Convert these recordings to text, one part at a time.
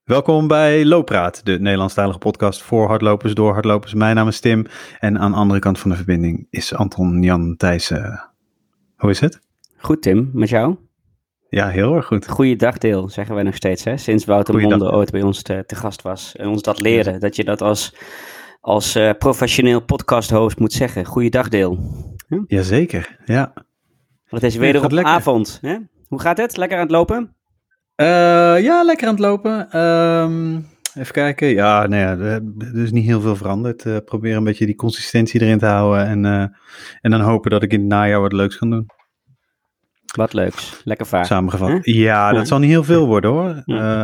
Welkom bij Looppraat, de Nederlandstalige podcast voor hardlopers door hardlopers. Mijn naam is Tim en aan de andere kant van de verbinding is Anton Jan Thijssen. Hoe is het? Goed Tim, met jou? Ja, heel erg goed. Goeiedag Deel, zeggen wij nog steeds, hè? Sinds Wouter Monde ooit bij ons te gast was en ons dat leerde, dat je dat als professioneel podcast-host moet zeggen. Goeiedag Deel. Jazeker, ja. Want het is wederom avond, hè? Hoe gaat het? Lekker aan het lopen? Ja, lekker aan het lopen. Even kijken. Ja, nee, er is niet heel veel veranderd. Probeer een beetje die consistentie erin te houden en dan hopen dat ik in het najaar wat leuks kan doen. Wat leuks, lekker vaak. Samengevat. Huh? Ja, dat zal niet heel veel worden hoor.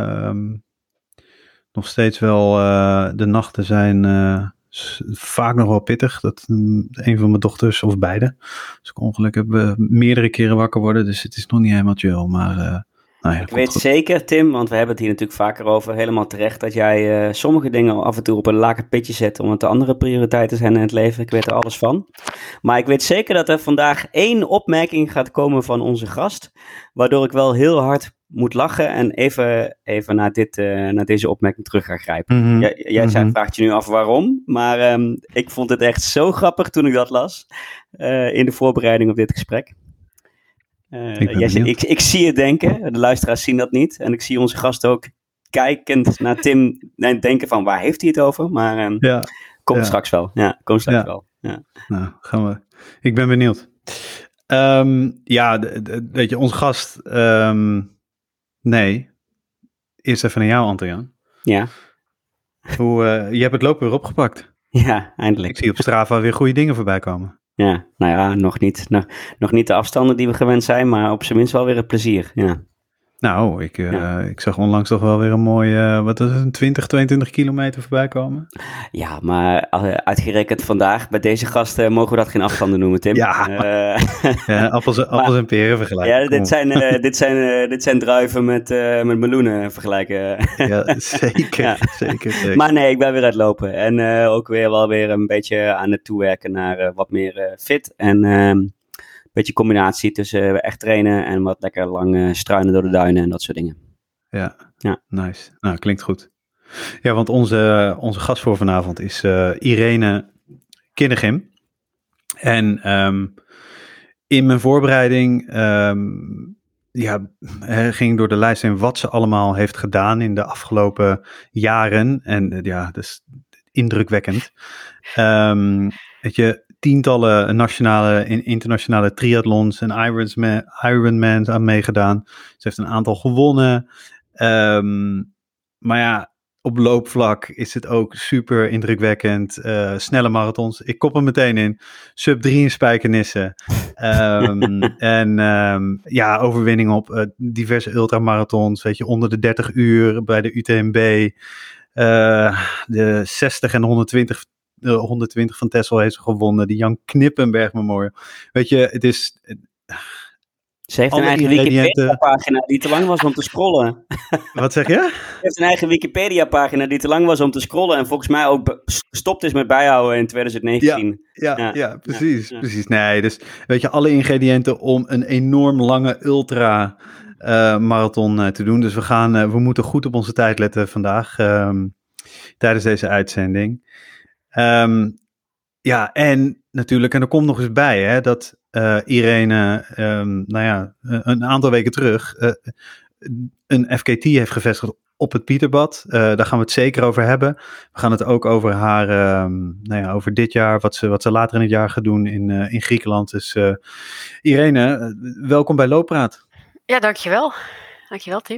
Nog steeds wel, de nachten zijn vaak nog wel pittig. Dat een van mijn dochters, of beide, als ik ongeluk heb, meerdere keren wakker worden. Dus het is nog niet helemaal chill, maar... Nou ja, ik weet zeker, Tim, want we hebben het hier natuurlijk vaker over, helemaal terecht, dat jij sommige dingen af en toe op een lager pitje zet, omdat er andere prioriteiten zijn in het leven. Ik weet er alles van. Maar ik weet zeker dat er vandaag 1 opmerking gaat komen van onze gast, waardoor ik wel heel hard moet lachen en even naar deze opmerking terug ga grijpen. Mm-hmm. Jij vraagt je nu af waarom, maar ik vond het echt zo grappig toen ik dat las in de voorbereiding op dit gesprek. Ik zie het denken, de luisteraars zien dat niet. En ik zie onze gast ook kijkend naar Tim denken van waar heeft hij het over? Maar komt straks wel. Ja, komt straks wel. Ja. Nou, gaan we. Ik ben benieuwd. Weet je, onze gast... nee. Eerst even naar jou, Anton. Ja. Je hebt het lopen weer opgepakt. Ja, eindelijk. Ik zie op Strava weer goede dingen voorbij komen. Ja, nou ja, nog niet de afstanden die we gewend zijn, maar op zijn minst wel weer het plezier, ja. Nou, ik zag onlangs toch wel weer een mooi, 22 kilometer voorbij komen. Ja, maar uitgerekend vandaag, bij deze gasten mogen we dat geen afstanden noemen, Tim. Ja, appels en peren vergelijken. Ja, dit zijn druiven met meloenen vergelijken. Ja, zeker. Maar nee, ik ben weer aan het lopen. En ook wel weer een beetje aan het toewerken naar wat meer fit. En een beetje combinatie tussen echt trainen en wat lekker lang struinen door de duinen en dat soort dingen. Ja. Nice. Nou, klinkt goed. Ja, want onze gast voor vanavond is Irene Kinnegim. En in mijn voorbereiding ging door de lijst in wat ze allemaal heeft gedaan in de afgelopen jaren. En dat is indrukwekkend. Weet je, tientallen nationale en internationale triathlons en Ironmans aan meegedaan. Ze heeft een aantal gewonnen. Maar ja, op loopvlak is het ook super indrukwekkend. Snelle marathons. Ik kop hem meteen in. Sub 3 in Spijkenisse. Overwinning op diverse ultramarathons. Weet je, onder de 30 uur bij de UTMB. De 60 en 120 van Texel heeft ze gewonnen. Die Jan Knippenberg Memorial. Weet je, het is... Ze heeft een eigen Wikipedia-pagina die te lang was om te scrollen. Wat zeg je? Ze heeft een eigen Wikipedia-pagina die te lang was om te scrollen. En volgens mij ook gestopt is met bijhouden in 2019. Ja, precies. Nee, dus weet je, alle ingrediënten om een enorm lange ultra marathon te doen. Dus we moeten goed op onze tijd letten vandaag. Tijdens deze uitzending. En natuurlijk, en er komt nog eens bij, hè, dat Irene, een aantal weken terug, een FKT heeft gevestigd op het Pieterbad. Daar gaan we het zeker over hebben. We gaan het ook over haar, over dit jaar, wat ze later in het jaar gaat doen in Griekenland. Dus Irene, welkom bij Looppraat. Ja, dankjewel. Dankjewel, Tim.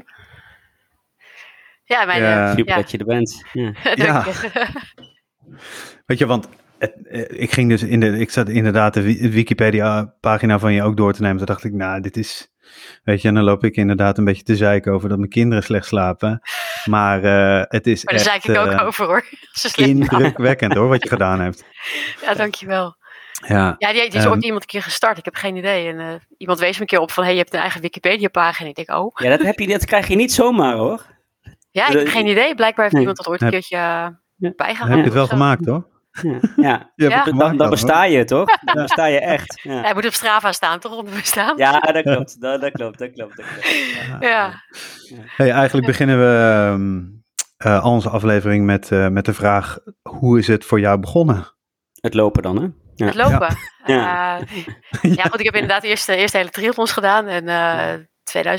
Ja, super dat je er bent. Ja. Weet je, want ik zat inderdaad de Wikipedia-pagina van je ook door te nemen. Toen dacht ik, dit is... Weet je, en dan loop ik inderdaad een beetje te zeiken over dat mijn kinderen slecht slapen. Maar het is maar daar zeik ik ook over, hoor. Indrukwekkend, hoor, wat je gedaan hebt. Ja, dankjewel. Ja, die is ooit iemand een keer gestart. Ik heb geen idee. En iemand wees me een keer op van, je hebt een eigen Wikipedia-pagina. Ik denk, oh. Ja, dat krijg je niet zomaar, hoor. Ja, ik heb geen idee. Blijkbaar heeft iemand dat ooit een keertje bijgehouden. Heb je het wel gemaakt, hoor? Dan besta je, toch? Dan besta je echt. Ja. Hij moet op Strava staan, toch? Onder bestaan. Ja, dat klopt. Dat klopt. Ja. Hey, eigenlijk beginnen we al onze aflevering met de vraag, hoe is het voor jou begonnen? Het lopen dan, hè? Ja. Het lopen. Ja. Ja, goed, ik heb inderdaad eerst hele triathlons gedaan. En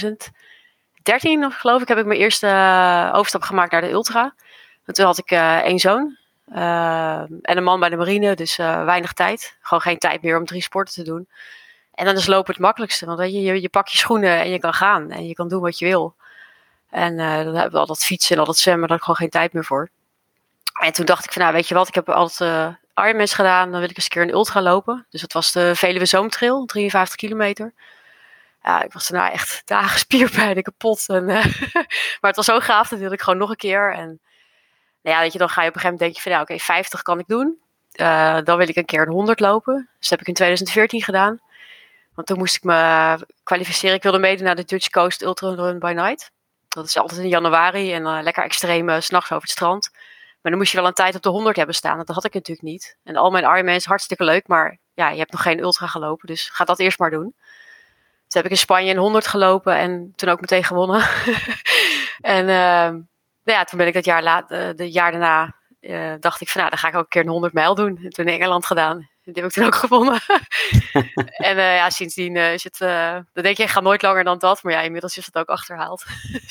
2013, of geloof ik, heb ik mijn eerste overstap gemaakt naar de ultra. En toen had ik 1 zoon. En een man bij de marine, dus weinig tijd. Gewoon geen tijd meer om 3 sporten te doen. En dan is lopen het makkelijkste. Want weet je pakt je schoenen en je kan gaan. En je kan doen wat je wil. En dan hebben we al dat fietsen en al dat zwemmen, daar had ik gewoon geen tijd meer voor. En toen dacht ik van, nou weet je wat, ik heb altijd Ironmans gedaan. Dan wil ik eens een keer een ultra lopen. Dus dat was de Veluwe Zoomtrail, 53 kilometer. Ja, ik was daarna echt dagen spierpijn kapot. Maar het was zo gaaf, dat wilde ik gewoon nog een keer. En nou ja, weet je, dan ga je op een gegeven moment denk je van, ja, oké, 50 kan ik doen. Dan wil ik een keer een 100 lopen. Dus dat heb ik in 2014 gedaan. Want toen moest ik me kwalificeren. Ik wilde meedoen naar de Dutch Coast Ultra Run by Night. Dat is altijd in januari en lekker extreem 's nachts over het strand. Maar dan moest je wel een tijd op de 100 hebben staan. Dat had ik natuurlijk niet. En al mijn Ironmans hartstikke leuk, maar ja, je hebt nog geen ultra gelopen. Dus ga dat eerst maar doen. Toen heb ik in Spanje een 100 gelopen en toen ook meteen gewonnen. En nou ja, toen ben ik de jaar daarna dacht ik van, nou, dan ga ik ook een keer een 100 mijl doen. En toen in Engeland gedaan. Die heb ik toen ook gewonnen. En ja, sindsdien is het... dan denk je, ik ga nooit langer dan dat. Maar ja, inmiddels is het ook achterhaald.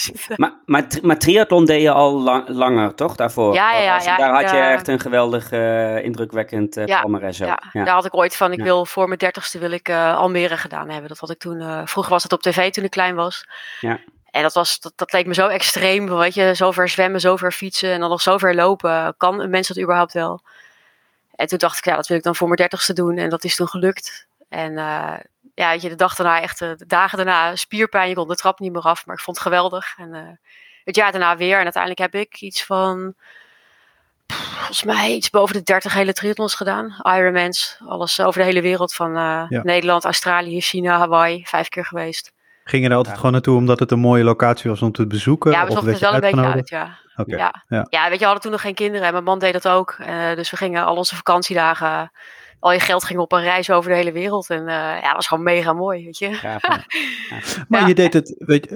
Maar triathlon deed je al langer, toch? Daarvoor? Ja. Daar had je echt een geweldig, indrukwekkend palmares. Ja, daar had ik ooit van, ik wil voor mijn 30ste wil ik Almere gedaan hebben. Dat had ik toen... vroeger was het op tv toen ik klein was. Ja. En dat leek me zo extreem. Weet je, zo ver zwemmen, zo ver fietsen en dan nog zo ver lopen. Kan een mens dat überhaupt wel? En toen dacht ik, ja, dat wil ik dan voor mijn 30ste doen. En dat is toen gelukt. En ja, weet je, de dag daarna echt, de dagen daarna spierpijn. Je kon de trap niet meer af, maar ik vond het geweldig. En het jaar daarna weer. En uiteindelijk heb ik iets van, volgens mij iets boven de 30 hele triathlons gedaan. Ironmans, alles over de hele wereld. Van Nederland, Australië, China, Hawaii. 5 keer geweest. Ging je er altijd gewoon naartoe omdat het een mooie locatie was om te bezoeken? Ja, we zochten het wel een beetje uit, ja. Okay. Ja, weet je, we hadden toen nog geen kinderen en mijn man deed dat ook. Dus we gingen al onze vakantiedagen, al je geld ging op een reis over de hele wereld. En ja, dat was gewoon mega mooi, weet je. Ja. Maar je deed het,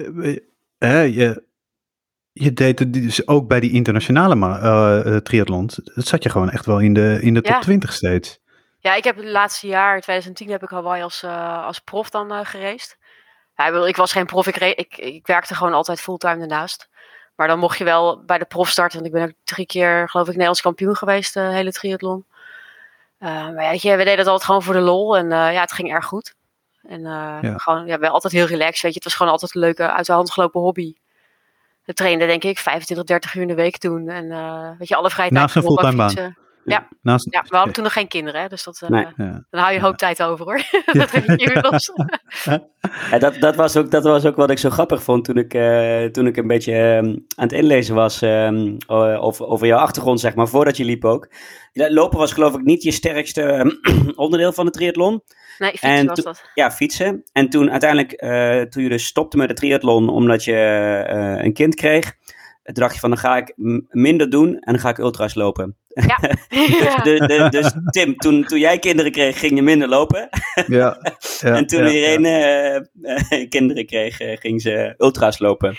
je deed het dus ook bij die internationale triathlons. Dat zat je gewoon echt wel in de top 20 steeds. Ja, ik heb het laatste jaar, 2010, heb ik Hawaii als prof dan geraced. Ja, ik was geen prof, ik werkte gewoon altijd fulltime daarnaast. Maar dan mocht je wel bij de prof starten. Want ik ben ook 3 keer, geloof ik, Nederlands kampioen geweest, de hele triathlon. Maar ja, we deden het altijd gewoon voor de lol. En ja, het ging erg goed. En gewoon, ja, wel altijd heel relaxed, weet je. Het was gewoon altijd een leuke, uit de hand gelopen hobby. We trainden, denk ik, 25, 30 uur in de week toen. En weet je, alle vrije tijd. Naast een fulltime baan. Ja. We hadden toen nog geen kinderen, hè, dus dat, dan hou je een hoop tijd over, hoor. Dat weet je inmiddels. Ja, dat was ook wat ik zo grappig vond toen ik een beetje aan het inlezen was over jouw achtergrond, zeg maar, voordat je liep ook. Lopen was geloof ik niet je sterkste onderdeel van de triathlon. Nee, fietsen was dat. Ja, fietsen. En toen uiteindelijk, toen je dus stopte met de triathlon omdat je een kind kreeg, toen dacht je van, dan ga ik minder doen en dan ga ik ultra's lopen. Ja. Dus Tim, toen jij kinderen kreeg, ging je minder lopen. En toen Irene kinderen kreeg, ging ze ultra's lopen.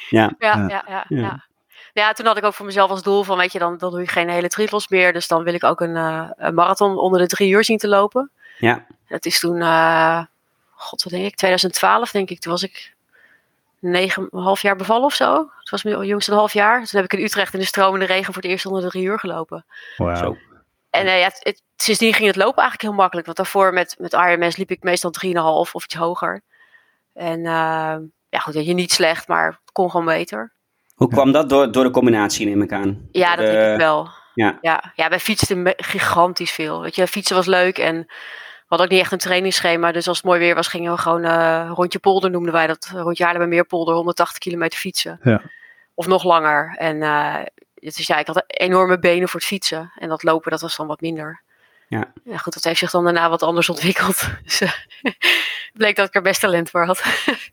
Ja, toen had ik ook voor mezelf als doel van, weet je, dan doe je geen hele triathlons meer. Dus dan wil ik ook een marathon onder de 3 uur zien te lopen. Ja. Dat is toen, wat denk ik, 2012 denk ik. Toen was ik 9,5 jaar bevallen of zo. Het was mijn jongste 1,5 jaar. Toen heb ik in Utrecht in de stromende regen voor het eerst onder de 3 uur gelopen. Wow. Zo. En sindsdien ging het lopen eigenlijk heel makkelijk. Want daarvoor met Ironmans liep ik meestal 3,5 of iets hoger. En ja goed, je niet slecht, maar het kon gewoon beter. Hoe kwam dat? Door de combinatie, neem ik aan? Ja, dat denk ik wel. Ja, wij fietsten gigantisch veel. Weet je, fietsen was leuk en we hadden ook niet echt een trainingsschema. Dus als het mooi weer was, gingen we gewoon rondje polder, noemden wij dat. Rondje Haarlemmermeerpolder, 180 kilometer fietsen. Ja. Of nog langer. En dus ja, ik had enorme benen voor het fietsen. En dat lopen, dat was dan wat minder. Ja, goed, dat heeft zich dan daarna wat anders ontwikkeld. Dus bleek dat ik er best talent voor had.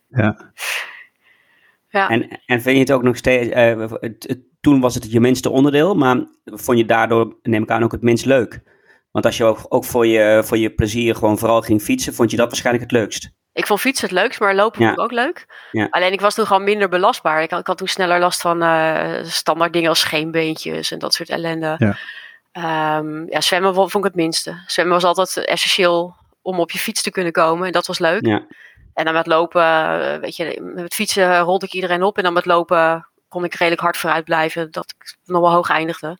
Ja. En vind je het ook nog steeds... toen was het je minste onderdeel, maar vond je daardoor, neem ik aan, ook het minst leuk? Want als je ook voor je plezier gewoon vooral ging fietsen, vond je dat waarschijnlijk het leukst? Ik vond fietsen het leukst, maar lopen vond ik ook leuk. Ja. Alleen ik was toen gewoon minder belastbaar. Ik had toen sneller last van standaard dingen als scheenbeentjes en dat soort ellende. Ja. Zwemmen vond ik het minste. Zwemmen was altijd essentieel om op je fiets te kunnen komen. En dat was leuk. Ja. En dan met lopen, weet je, met fietsen rolde ik iedereen op. En dan met lopen kon ik redelijk hard vooruit blijven. Dat ik nog wel hoog eindigde.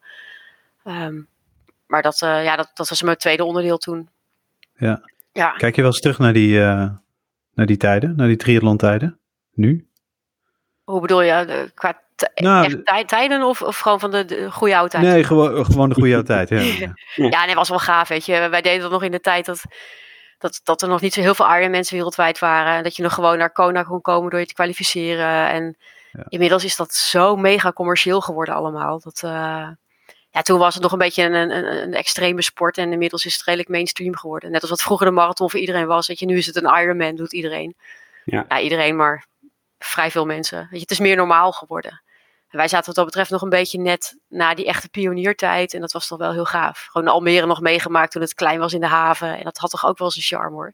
Maar dat was mijn tweede onderdeel toen. Ja. Kijk je wel eens terug naar die tijden, naar die triathlon-tijden? Nu? Hoe bedoel je? Qua tijden of gewoon van de goede oude tijd? Nee, gewoon de goede oude tijd. Ja. Ja, nee, was wel gaaf, weet je. Wij deden dat nog in de tijd dat er nog niet zo heel veel Ironmans wereldwijd waren. En dat je nog gewoon naar Kona kon komen door je te kwalificeren. En inmiddels is dat zo mega commercieel geworden allemaal. Toen was het nog een beetje een extreme sport. En inmiddels is het redelijk mainstream geworden. Net als wat vroeger de marathon voor iedereen was. Weet je, nu is het een Ironman, doet iedereen. Ja, iedereen, maar vrij veel mensen. Weet je, het is meer normaal geworden. En wij zaten wat dat betreft nog een beetje net na die echte pioniertijd. En dat was toch wel heel gaaf. Gewoon Almere nog meegemaakt toen het klein was in de haven. En dat had toch ook wel zijn charme, hoor.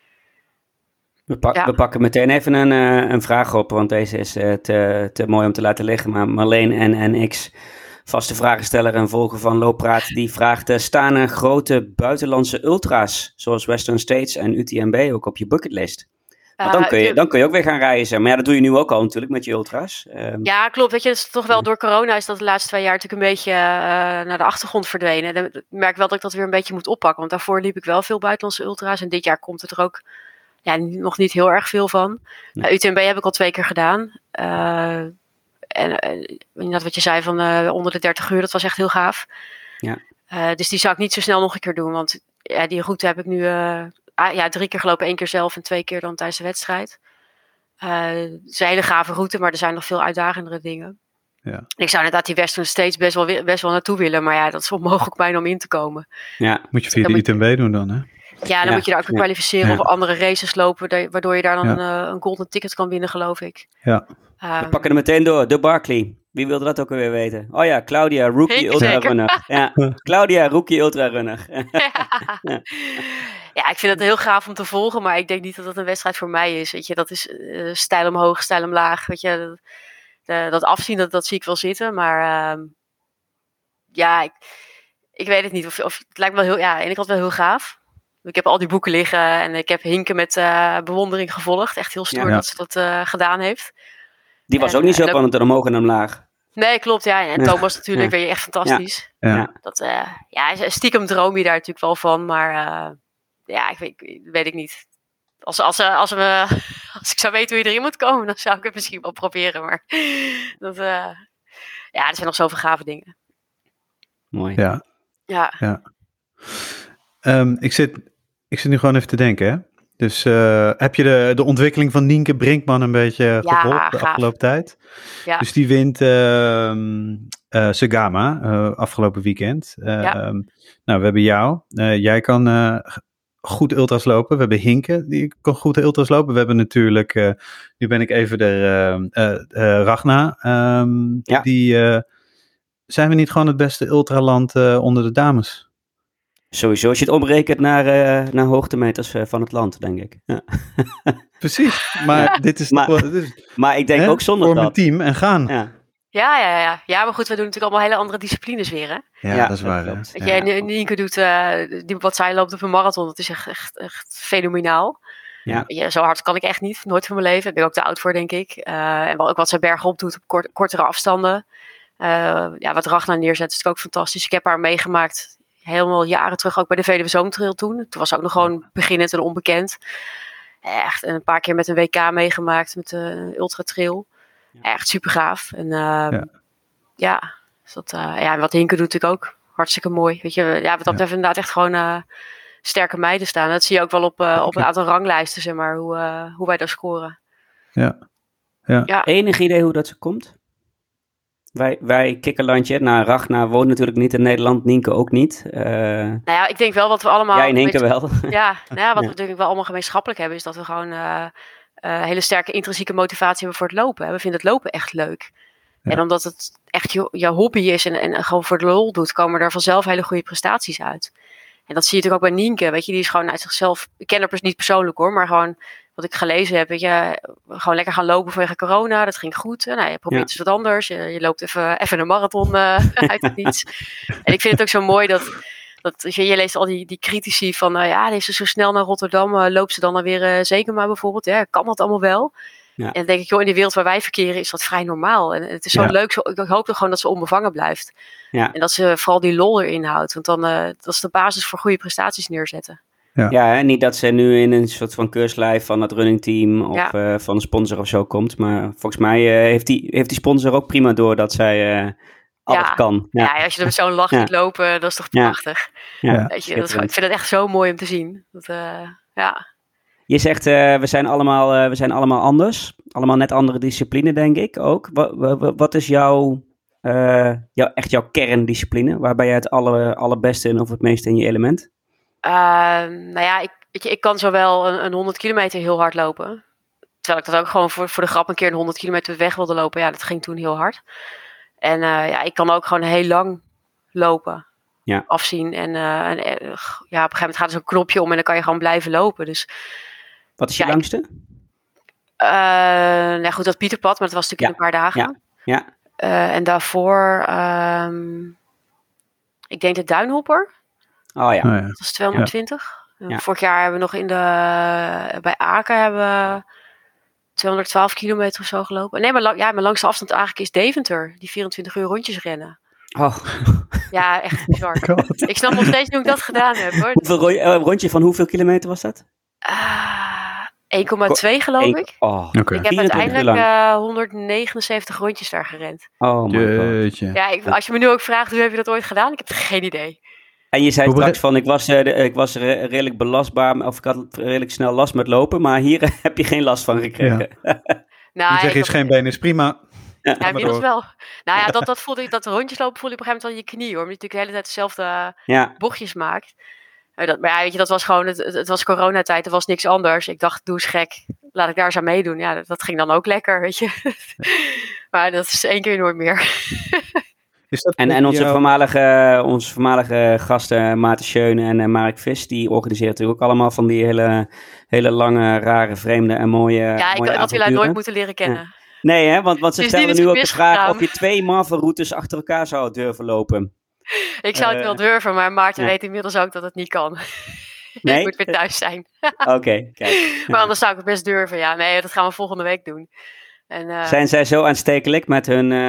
We pakken meteen even een vraag op, want deze is te mooi om te laten liggen. Maar Marleen en X, vaste vragensteller en volger van Looppraat, die vraagt: staan er grote buitenlandse ultra's, zoals Western States en UTMB, ook op je bucketlist? Want dan kun je ook weer gaan reizen. Maar ja, dat doe je nu ook al natuurlijk met je ultra's. Ja, klopt. Weet je, het is toch wel door corona is dat de laatste 2 jaar natuurlijk een beetje naar de achtergrond verdwenen. En ik merk wel dat ik dat weer een beetje moet oppakken. Want daarvoor liep ik wel veel buitenlandse ultra's. En dit jaar komt het er ook nog niet heel erg veel van. UTMB heb ik al 2 keer gedaan. En wat je zei van onder de 30 uur, dat was echt heel gaaf. Ja. Dus die zou ik niet zo snel nog een keer doen. Want die route heb ik nu 3 keer gelopen. 1 keer zelf en 2 keer dan tijdens de wedstrijd. Het is een hele gave route, maar er zijn nog veel uitdagendere dingen. Ja. Ik zou inderdaad die Western States best wel naartoe willen. Maar ja, dat is onmogelijk bijna om in te komen. Ja. Moet je via de UTMB doen dan, hè? Ja, dan moet je daar ook weer kwalificeren of andere races lopen, waardoor je daar dan een golden ticket kan winnen, geloof ik. Ja. We pakken er meteen door. De Barkley. Wie wilde dat ook alweer weten? Oh ja, Claudia, rookie ultrarunner. Ja, Claudia, rookie ultrarunner. Ja, ik vind het heel gaaf om te volgen, maar ik denk niet dat dat een wedstrijd voor mij is. Weet je, dat is stijl omhoog, stijl omlaag. Weet je, dat afzien, dat zie ik wel zitten, maar ik weet het niet. Of het lijkt me wel aan de ene kant wel heel gaaf. Ik heb al die boeken liggen en ik heb Hinke met bewondering gevolgd. Echt heel stoer dat ze dat gedaan heeft. Die was ook niet zo spannend en omhoog en omlaag. Nee, klopt, ja. En Thomas natuurlijk, weet je, echt fantastisch. Stiekem droom je daar natuurlijk wel van, maar weet ik niet. Als ik zou weten hoe je erin moet komen, dan zou ik het misschien wel proberen. Maar er zijn nog zoveel gave dingen. Mooi. Ja. Ik zit nu gewoon even te denken, hè? Dus heb je de ontwikkeling van Nienke Brinkman een beetje gevolgd de afgelopen tijd? Ja. Dus die wint Segama afgelopen weekend. Nou, we hebben jou. Jij kan goed ultras lopen. We hebben Hinke, die kan goed ultras lopen. We hebben natuurlijk, nu ben ik even de Ragna. Zijn we niet gewoon het beste ultraland onder de dames? Sowieso, als je het omrekent naar hoogtemeters van het land, denk ik. Ja. Precies, maar dit is maar ik denk ook zonder voor dat. Mijn team en gaan. Ja, maar goed, we doen natuurlijk allemaal hele andere disciplines weer, hè? Ja, dat is waar. Weet je, Nienke doet wat zij loopt op een marathon, dat is echt fenomenaal. Ja. Zo hard kan ik echt niet, nooit van mijn leven. Daar ben ik ook te oud voor, denk ik. En ook wat zij bergop doet op kortere afstanden. Wat Ragnar neerzet, is ook fantastisch. Ik heb haar meegemaakt helemaal jaren terug, ook bij de Veluwe Zoomtrail toen. Toen was ze ook nog gewoon beginnend en onbekend. Echt een paar keer met een WK meegemaakt, met de Ultra Trail. Echt super gaaf. En wat Hinke doet natuurlijk ook hartstikke mooi. Weet je, wat dat betreft inderdaad echt gewoon sterke meiden staan. Dat zie je ook wel op een aantal ranglijsten, zeg maar, hoe wij daar scoren. Ja. Enig idee hoe dat zo komt? Wij kikkerlandje, Ragnar woont natuurlijk niet in Nederland, Nienke ook niet. Ik denk wel wat we allemaal... Jij en Hinke wel. Wat we natuurlijk wel allemaal gemeenschappelijk hebben, is dat we gewoon hele sterke intrinsieke motivatie hebben voor het lopen. We vinden het lopen echt leuk. Ja. En omdat het echt je hobby is en gewoon voor de lol doet, komen er vanzelf hele goede prestaties uit. En dat zie je natuurlijk ook bij Nienke, weet je, die is gewoon uit zichzelf, ik ken haar niet persoonlijk hoor, maar gewoon wat ik gelezen heb, weet je, gewoon lekker gaan lopen vanwege corona, dat ging goed. Nou, je probeert eens wat anders. Je loopt even een marathon uit het niets. En ik vind het ook zo mooi dat je leest al die critici van, deze is zo snel naar Rotterdam, loopt ze dan weer Zekema bijvoorbeeld. Ja, kan dat allemaal wel? Ja. En dan denk ik, joh, in de wereld waar wij verkeren is dat vrij normaal. En het is zo leuk, ik hoop toch gewoon dat ze onbevangen blijft. Ja. En dat ze vooral die lol erin houdt. Want dan dat is de basis voor goede prestaties neerzetten. Ja, en niet dat ze nu in een soort van keurslijf van het runningteam of van een sponsor of zo komt. Maar volgens mij heeft die sponsor ook prima door dat zij alles kan. Ja, als je er met zo'n lach moet lopen, dat is toch prachtig. Ja. Weet je, ik vind het echt zo mooi om te zien. Je zegt, we zijn allemaal anders. Allemaal net andere discipline, denk ik ook. Wat is jouw kerndiscipline? Waar ben je het allerbeste in of het meeste in je element? Ik kan zowel een 100 kilometer heel hard lopen. Terwijl ik dat ook gewoon voor de grap een keer een 100 kilometer weg wilde lopen. Ja, dat ging toen heel hard. En ik kan ook gewoon heel lang lopen. Ja. Afzien. En op een gegeven moment gaat er zo'n knopje om en dan kan je gewoon blijven lopen. Dus, wat is je langste? Goed, dat Pieterpad, maar dat was natuurlijk in een paar dagen. Ja. En daarvoor, ik denk de Duinhopper. Oh ja. Dat was 220. Ja. Vorig jaar hebben we nog bij Aken 212 kilometer of zo gelopen. Nee, maar mijn langste afstand eigenlijk is Deventer. Die 24 uur rondjes rennen. Oh. Ja, echt bizar. Ik snap nog steeds hoe ik dat gedaan heb, hoor. Rondje van hoeveel kilometer was dat? 1,2 geloof ik. Oh, okay. Ik heb uiteindelijk 179 rondjes daar gerend. Oh my god. Ja, als je me nu ook vraagt, hoe heb je dat ooit gedaan? Ik heb geen idee. En je zei straks van, ik was redelijk belastbaar, of ik had redelijk snel last met lopen, maar hier heb je geen last van gekregen. Ja. Je zegt is geen been, is prima. Ja, inmiddels wel. Nou ja, dat voelde ik, dat rondjeslopen voelde ik op een gegeven moment wel in je knie, hoor. Omdat je natuurlijk de hele tijd dezelfde bochtjes maakt. Maar weet je, dat was gewoon, het was coronatijd, er was niks anders. Ik dacht, doe eens gek, laat ik daar eens aan meedoen. Ja, dat ging dan ook lekker, weet je. Maar dat is 1 keer nooit meer. En onze voormalige gasten Maarten Schöne en Mark Vis, die organiseren natuurlijk ook allemaal van die hele lange, rare, vreemde en mooie ik had jullie nooit moeten leren kennen. Ja. Nee, hè? Want ze stellen nu ook de vraag of je 2 maffe-routes achter elkaar zou durven lopen. Ik zou het wel durven, maar Maarten weet inmiddels ook dat het niet kan. Nee? Ik moet weer thuis zijn. Oké, kijk. Maar anders zou ik het best durven. Ja, nee, dat gaan we volgende week doen. En, zijn zij zo aanstekelijk met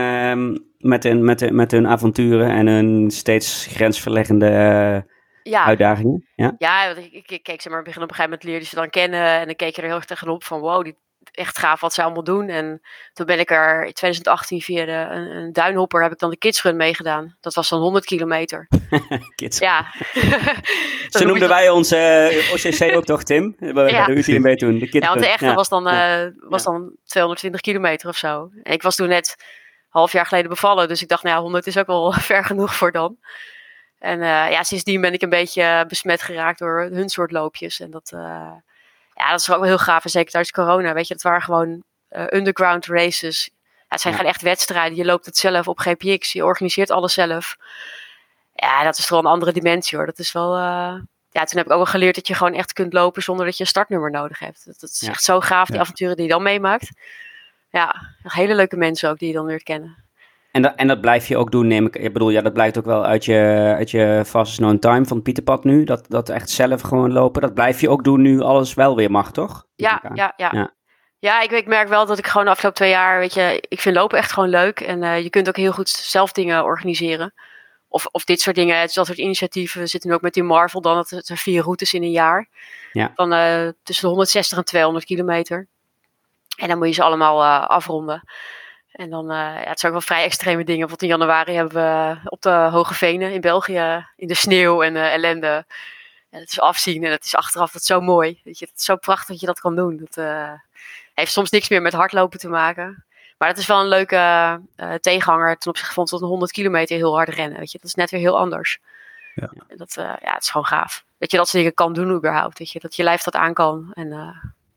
hun avonturen en hun steeds grensverleggende uitdagingen? Ja, ik keek ze maar op een gegeven moment leerde ze dan kennen en dan keek je er heel erg tegenop van wow, echt gaaf wat ze allemaal doen. En toen ben ik er in 2018 via een duinhopper heb ik dan de kidsrun meegedaan. Dat was dan 100 kilometer. Kids. Ja. Zo noemden wij onze OCC ook toch, Tim? Daar doe je hier mee toen. Ja, want de echte was dan 220 kilometer of zo. En ik was toen net half jaar geleden bevallen. Dus ik dacht, 100 is ook wel ver genoeg voor dan. En sindsdien ben ik een beetje besmet geraakt door hun soort loopjes. En dat is ook wel heel gaaf. En zeker tijdens corona, weet je, het waren gewoon underground races. Ja, het zijn gewoon echt wedstrijden. Je loopt het zelf op GPX. Je organiseert alles zelf. Ja, dat is toch wel een andere dimensie, hoor. Dat is wel... toen heb ik ook wel geleerd dat je gewoon echt kunt lopen zonder dat je een startnummer nodig hebt. Dat is echt zo gaaf, die avonturen die je dan meemaakt. Ja, hele leuke mensen ook die je dan leert kennen. En dat blijf je ook doen, neem ik. Ik bedoel, dat blijkt ook wel uit je Fastest Known Time van Pieterpad nu. Dat echt zelf gewoon lopen. Dat blijf je ook doen nu alles wel weer mag, toch? Ja, ik merk wel dat ik gewoon de afgelopen 2 jaar, weet je, ik vind lopen echt gewoon leuk. En je kunt ook heel goed zelf dingen organiseren. Of dit soort dingen, dat soort initiatieven. We zitten nu ook met die Marvel dan, dat er 4 routes in een jaar. Ja. Van tussen de 160 en 200 kilometer. En dan moet je ze allemaal afronden. En dan, het zijn ook wel vrij extreme dingen. Bijvoorbeeld in januari hebben we op de Hoge Venen in België, in de sneeuw en ellende. En het is afzien en het is achteraf dat zo mooi. Weet je, het is zo prachtig dat je dat kan doen. Dat heeft soms niks meer met hardlopen te maken. Maar dat is wel een leuke tegenhanger ten opzichte van tot een 100 kilometer heel hard rennen. Weet je, dat is net weer heel anders. Ja. En dat, het is gewoon gaaf. Dat je dat soort dingen kan doen überhaupt. Weet je, dat je lijf dat aan kan. En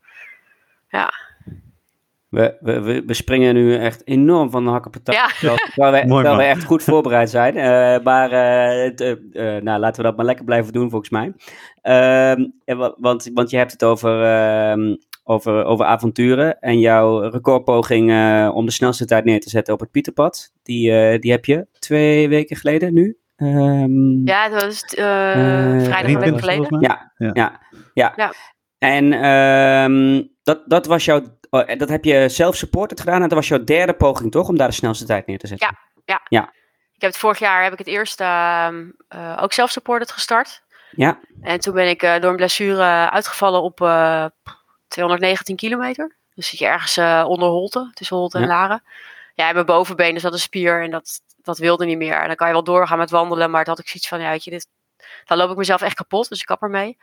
We springen nu echt enorm van de hak op het tak. Terwijl we echt goed voorbereid zijn. Laten we dat maar lekker blijven doen volgens mij. Want je hebt het over over avonturen. En jouw recordpoging om de snelste tijd neer te zetten op het Pieterpad, die heb je 2 weken geleden nu. Ja, dat was vrijdag een week 23 volgens geleden. mij. Ja. En dat was dat heb je zelf supported gedaan. En dat was jouw 3e poging, toch? Om daar de snelste tijd neer te zetten. Ja. Ik heb vorig jaar het eerst ook zelf supported gestart. Ja. En toen ben ik door een blessure uitgevallen op 219 kilometer. Dus zit je ergens onder Holte, tussen Holte en Laren. Ja, en mijn bovenbenen zat een spier en dat wilde niet meer. En dan kan je wel doorgaan met wandelen, maar dat had ik zoiets van, dan loop ik mezelf echt kapot, dus ik kap ermee.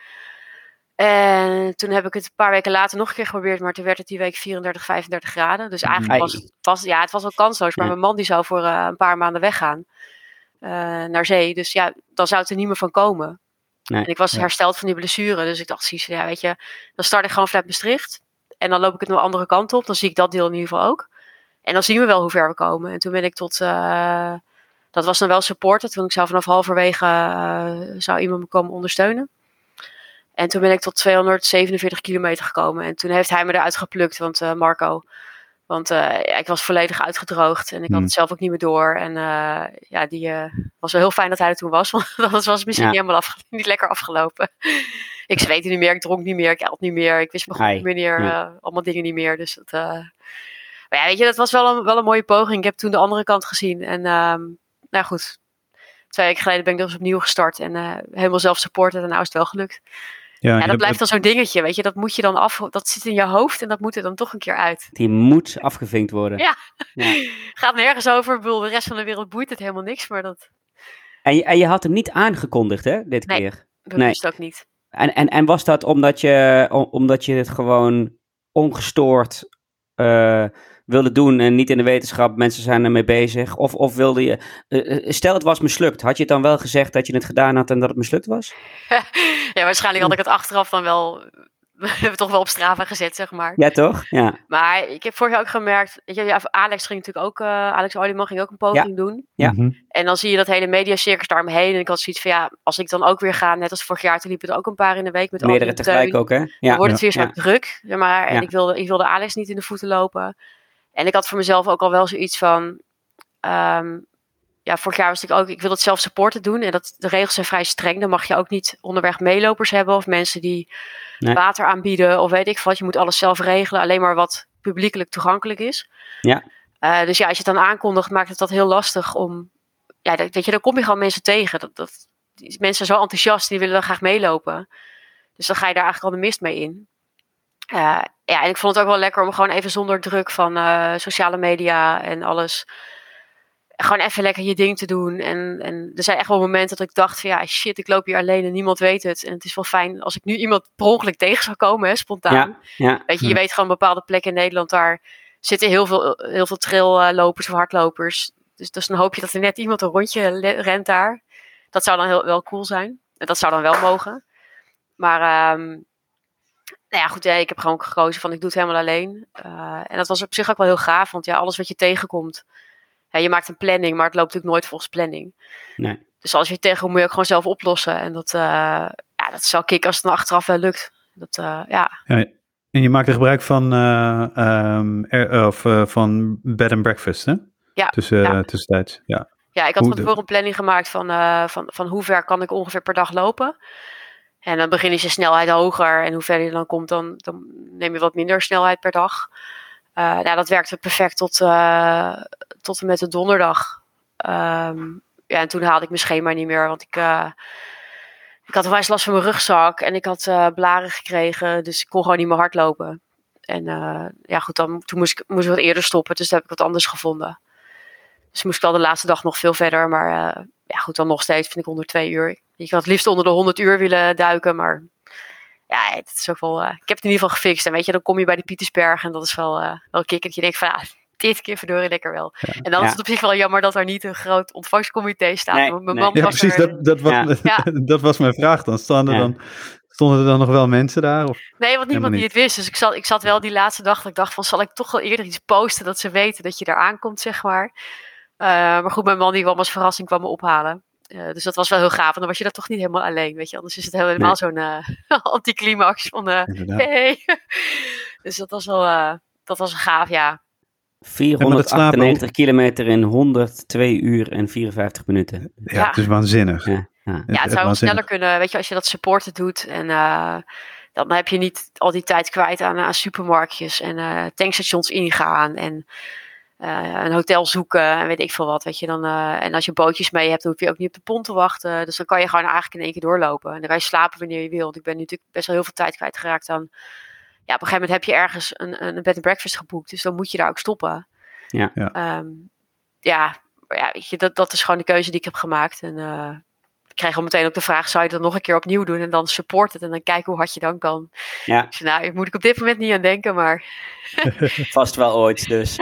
En toen heb ik het een paar weken later nog een keer geprobeerd, maar toen werd het die week 34, 35 graden. Dus eigenlijk het was wel kansloos, maar mijn man die zou voor een paar maanden weggaan naar zee. Dus ja, dan zou het er niet meer van komen. Nee. En ik was hersteld van die blessure, dus ik dacht zoiets van, weet je, dan start ik gewoon vanuit Maastricht. En dan loop ik het nog de andere kant op, dan zie ik dat deel in ieder geval ook. En dan zien we wel hoe ver we komen. En toen ben ik dat was dan wel supported, want ik zou vanaf halverwege zou iemand me komen ondersteunen. En toen ben ik tot 247 kilometer gekomen. En toen heeft hij me eruit geplukt, Marco. Want ik was volledig uitgedroogd. En ik had het zelf ook niet meer door. En die was wel heel fijn dat hij er toen was. Want dat was misschien niet lekker afgelopen. Ik zweette niet meer, ik dronk niet meer, ik at niet meer. Ik wist me goed niet meer, allemaal dingen niet meer. Dus maar ja, weet je, dat was wel een mooie poging. Ik heb toen de andere kant gezien. En nou goed, 2 weken geleden ben ik dus opnieuw gestart. En helemaal zelf supported en nou is het wel gelukt. Ja, dat blijft dan zo'n dingetje, weet je. Dat moet je dan dat zit in je hoofd en dat moet er dan toch een keer uit. Die moet afgevinkt worden. Ja. Gaat nergens over. Ik bedoel, de rest van de wereld boeit het helemaal niks, maar dat... En je had hem niet aangekondigd, hè, dit keer? Nee, bewust ook niet. En was dat omdat je het gewoon ongestoord wilde doen en niet in de wetenschap, mensen zijn ermee bezig? Of wilde je... stel het was mislukt, had je het dan wel gezegd dat je het gedaan had en dat het mislukt was? Ja, waarschijnlijk had ik het achteraf dan wel... toch wel op Strava gezet, zeg maar. Ja, toch? Ja. Maar ik heb vorig jaar ook gemerkt... Weet je, Alex ging natuurlijk ook... Alex Olieman ging ook een poging doen. Ja. En dan zie je dat hele mediacircus daaromheen. En ik had zoiets van, als ik dan ook weer ga... Net als vorig jaar, toen liepen er ook een paar in de week. Met meerdere tegelijk ook, hè? Ja. Dan wordt het weer zo druk. Zeg maar. En ik wilde Alex niet in de voeten lopen. En ik had voor mezelf ook al wel zoiets van... vorig jaar was ik wil het zelf supporten doen. En de regels zijn vrij streng. Dan mag je ook niet onderweg meelopers hebben. Of mensen die water aanbieden. Of weet ik wat. Je moet alles zelf regelen. Alleen maar wat publiekelijk toegankelijk is. Ja. Dus als je het dan aankondigt, maakt het dat heel lastig om... Ja, weet je, dan kom je gewoon mensen tegen. Die mensen zijn zo enthousiast. Die willen dan graag meelopen. Dus dan ga je daar eigenlijk al de mist mee in. En ik vond het ook wel lekker om gewoon even zonder druk van sociale media en alles... Gewoon even lekker je ding te doen. En er zijn echt wel momenten dat ik dacht van shit, ik loop hier alleen en niemand weet het. En het is wel fijn als ik nu iemand per ongeluk tegen zou komen, hè, spontaan. Ja. Weet je, je weet gewoon bepaalde plekken in Nederland, daar zitten heel veel traillopers of hardlopers. Dus dan hoop je dat er net iemand een rondje rent daar. Dat zou dan wel cool zijn. En dat zou dan wel mogen. Maar goed, ik heb gewoon gekozen van ik doe het helemaal alleen. En dat was op zich ook wel heel gaaf, want alles wat je tegenkomt... Ja, je maakt een planning, maar het loopt natuurlijk nooit volgens planning. Nee. Dus als je het tegenkomt, moet je ook gewoon zelf oplossen. En dat is wel kick als het dan achteraf wel lukt. En je maakte gebruik van van bed and breakfast, hè? Ja. Tussentijds. Ja. Ja, ik had van tevoren een planning gemaakt van hoe ver kan ik ongeveer per dag lopen. En dan begin je snelheid hoger. En hoe verder je dan komt, dan neem je wat minder snelheid per dag. Dat werkte perfect tot en met de donderdag. En toen haalde ik mijn schema niet meer. Want ik had onwijs last van mijn rugzak. En ik had blaren gekregen. Dus ik kon gewoon niet meer hardlopen. En toen moest ik wat eerder stoppen. Dus toen heb ik wat anders gevonden. Dus moest ik al de laatste dag nog veel verder. Maar dan nog steeds vind ik onder 2 uur. Ik had het liefst onder de 100 uur willen duiken. Maar het is ook wel... ik heb het in ieder geval gefixt. En weet je, dan kom je bij de Pietersberg. En dat is wel kick. Dat je denkt van... dit keer verdorie lekker wel. Ja. En dan is het op zich wel jammer dat er niet een groot ontvangstcomité staat. Nee, Mijn man ja, was precies. Dat was mijn vraag dan. Stonden er dan nog wel mensen daar? Of? Nee, want niemand die het wist. Dus ik zat wel die laatste dag dat ik dacht van... zal ik toch wel eerder iets posten dat ze weten dat je daar aankomt, zeg maar. Maar goed, mijn man die kwam als verrassing me ophalen. Dus dat was wel heel gaaf. En dan was je dat toch niet helemaal alleen, weet je. Anders is het helemaal zo'n anticlimax van hey. Dus dat was wel gaaf, ja. 498 kilometer in 102 uur en 54 minuten. Ja, het is waanzinnig. Ja. Het zou wel sneller kunnen, weet je, als je dat supporten doet. En dan heb je niet al die tijd kwijt aan supermarktjes en tankstations ingaan en een hotel zoeken en weet ik veel wat, weet je. Dan, en als je bootjes mee hebt, dan hoef je ook niet op de pont te wachten. Dus dan kan je gewoon eigenlijk in één keer doorlopen. En dan kan je slapen wanneer je wil. Want ik ben nu natuurlijk best wel heel veel tijd kwijtgeraakt aan... Ja, op een gegeven moment heb je ergens een bed and breakfast geboekt. Dus dan moet je daar ook stoppen. Ja. Weet je, dat is gewoon de keuze die ik heb gemaakt. En ik kreeg al meteen ook de vraag, zou je dat nog een keer opnieuw doen? En dan support het en dan kijken hoe hard je dan kan. Ja. Dus daar moet ik op dit moment niet aan denken, maar... Vast wel ooit, dus.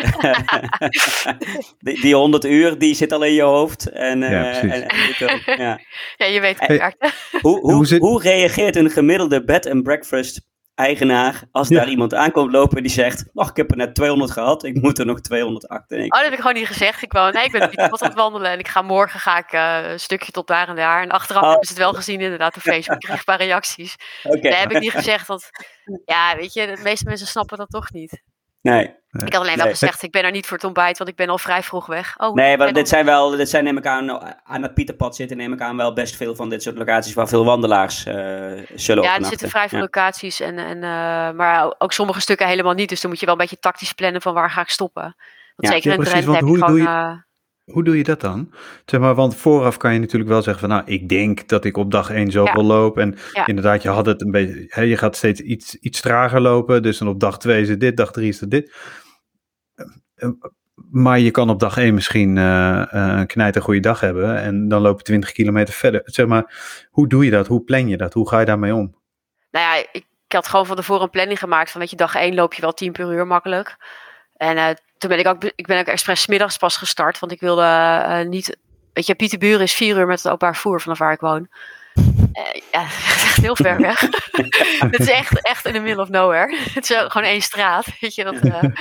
die 100 uur, die zit al in je hoofd. En dit ook, ja, je weet hoe het werkt. Hoe reageert een gemiddelde bed and breakfast eigenaar als daar iemand aankomt lopen die zegt, ik heb er net 200 gehad, ik moet er nog 208. Dat heb ik gewoon niet gezegd. Ik ben niet wat aan het wandelen en morgen ga ik een stukje tot daar en daar. En achteraf hebben ze het wel gezien inderdaad op Facebook. Ik kreeg een paar reacties. Okay. Daar heb ik niet gezegd dat, weet je, de meeste mensen snappen dat toch niet. Nee. Ik had alleen wel gezegd, ik ben er niet voor het ontbijt, want ik ben al vrij vroeg weg. Maar dit zijn neem ik aan het Pieterpad zitten, neem ik aan wel best veel van dit soort locaties waar veel wandelaars zullen overnachten. Ja, er zitten vrij veel locaties, maar ook sommige stukken helemaal niet. Dus dan moet je wel een beetje tactisch plannen van waar ga ik stoppen. Want zeker in Drenthe heb je gewoon... Hoe doe je dat dan? Zeg maar, want vooraf kan je natuurlijk wel zeggen van, ik denk dat ik op dag 1 zoveel loop. En inderdaad, je had het een beetje, je gaat steeds iets trager lopen. Dus dan op dag 2 is het dit, dag 3 is het dit. Maar je kan op dag 1 misschien een knijtergoeie dag hebben. En dan loop je 20 kilometer verder. Zeg maar, hoe doe je dat? Hoe plan je dat? Hoe ga je daarmee om? Nou ja, ik had gewoon van tevoren een planning gemaakt van, weet je, dag 1 loop je wel 10 per uur makkelijk. En toen ben ik ook expres 's middags pas gestart, want ik wilde niet... Weet je, Pieterburen is 4 uur met het openbaar vervoer vanaf waar ik woon. Het is echt heel ver weg. Het is echt in the middle of nowhere. Het is gewoon 1 straat, weet je.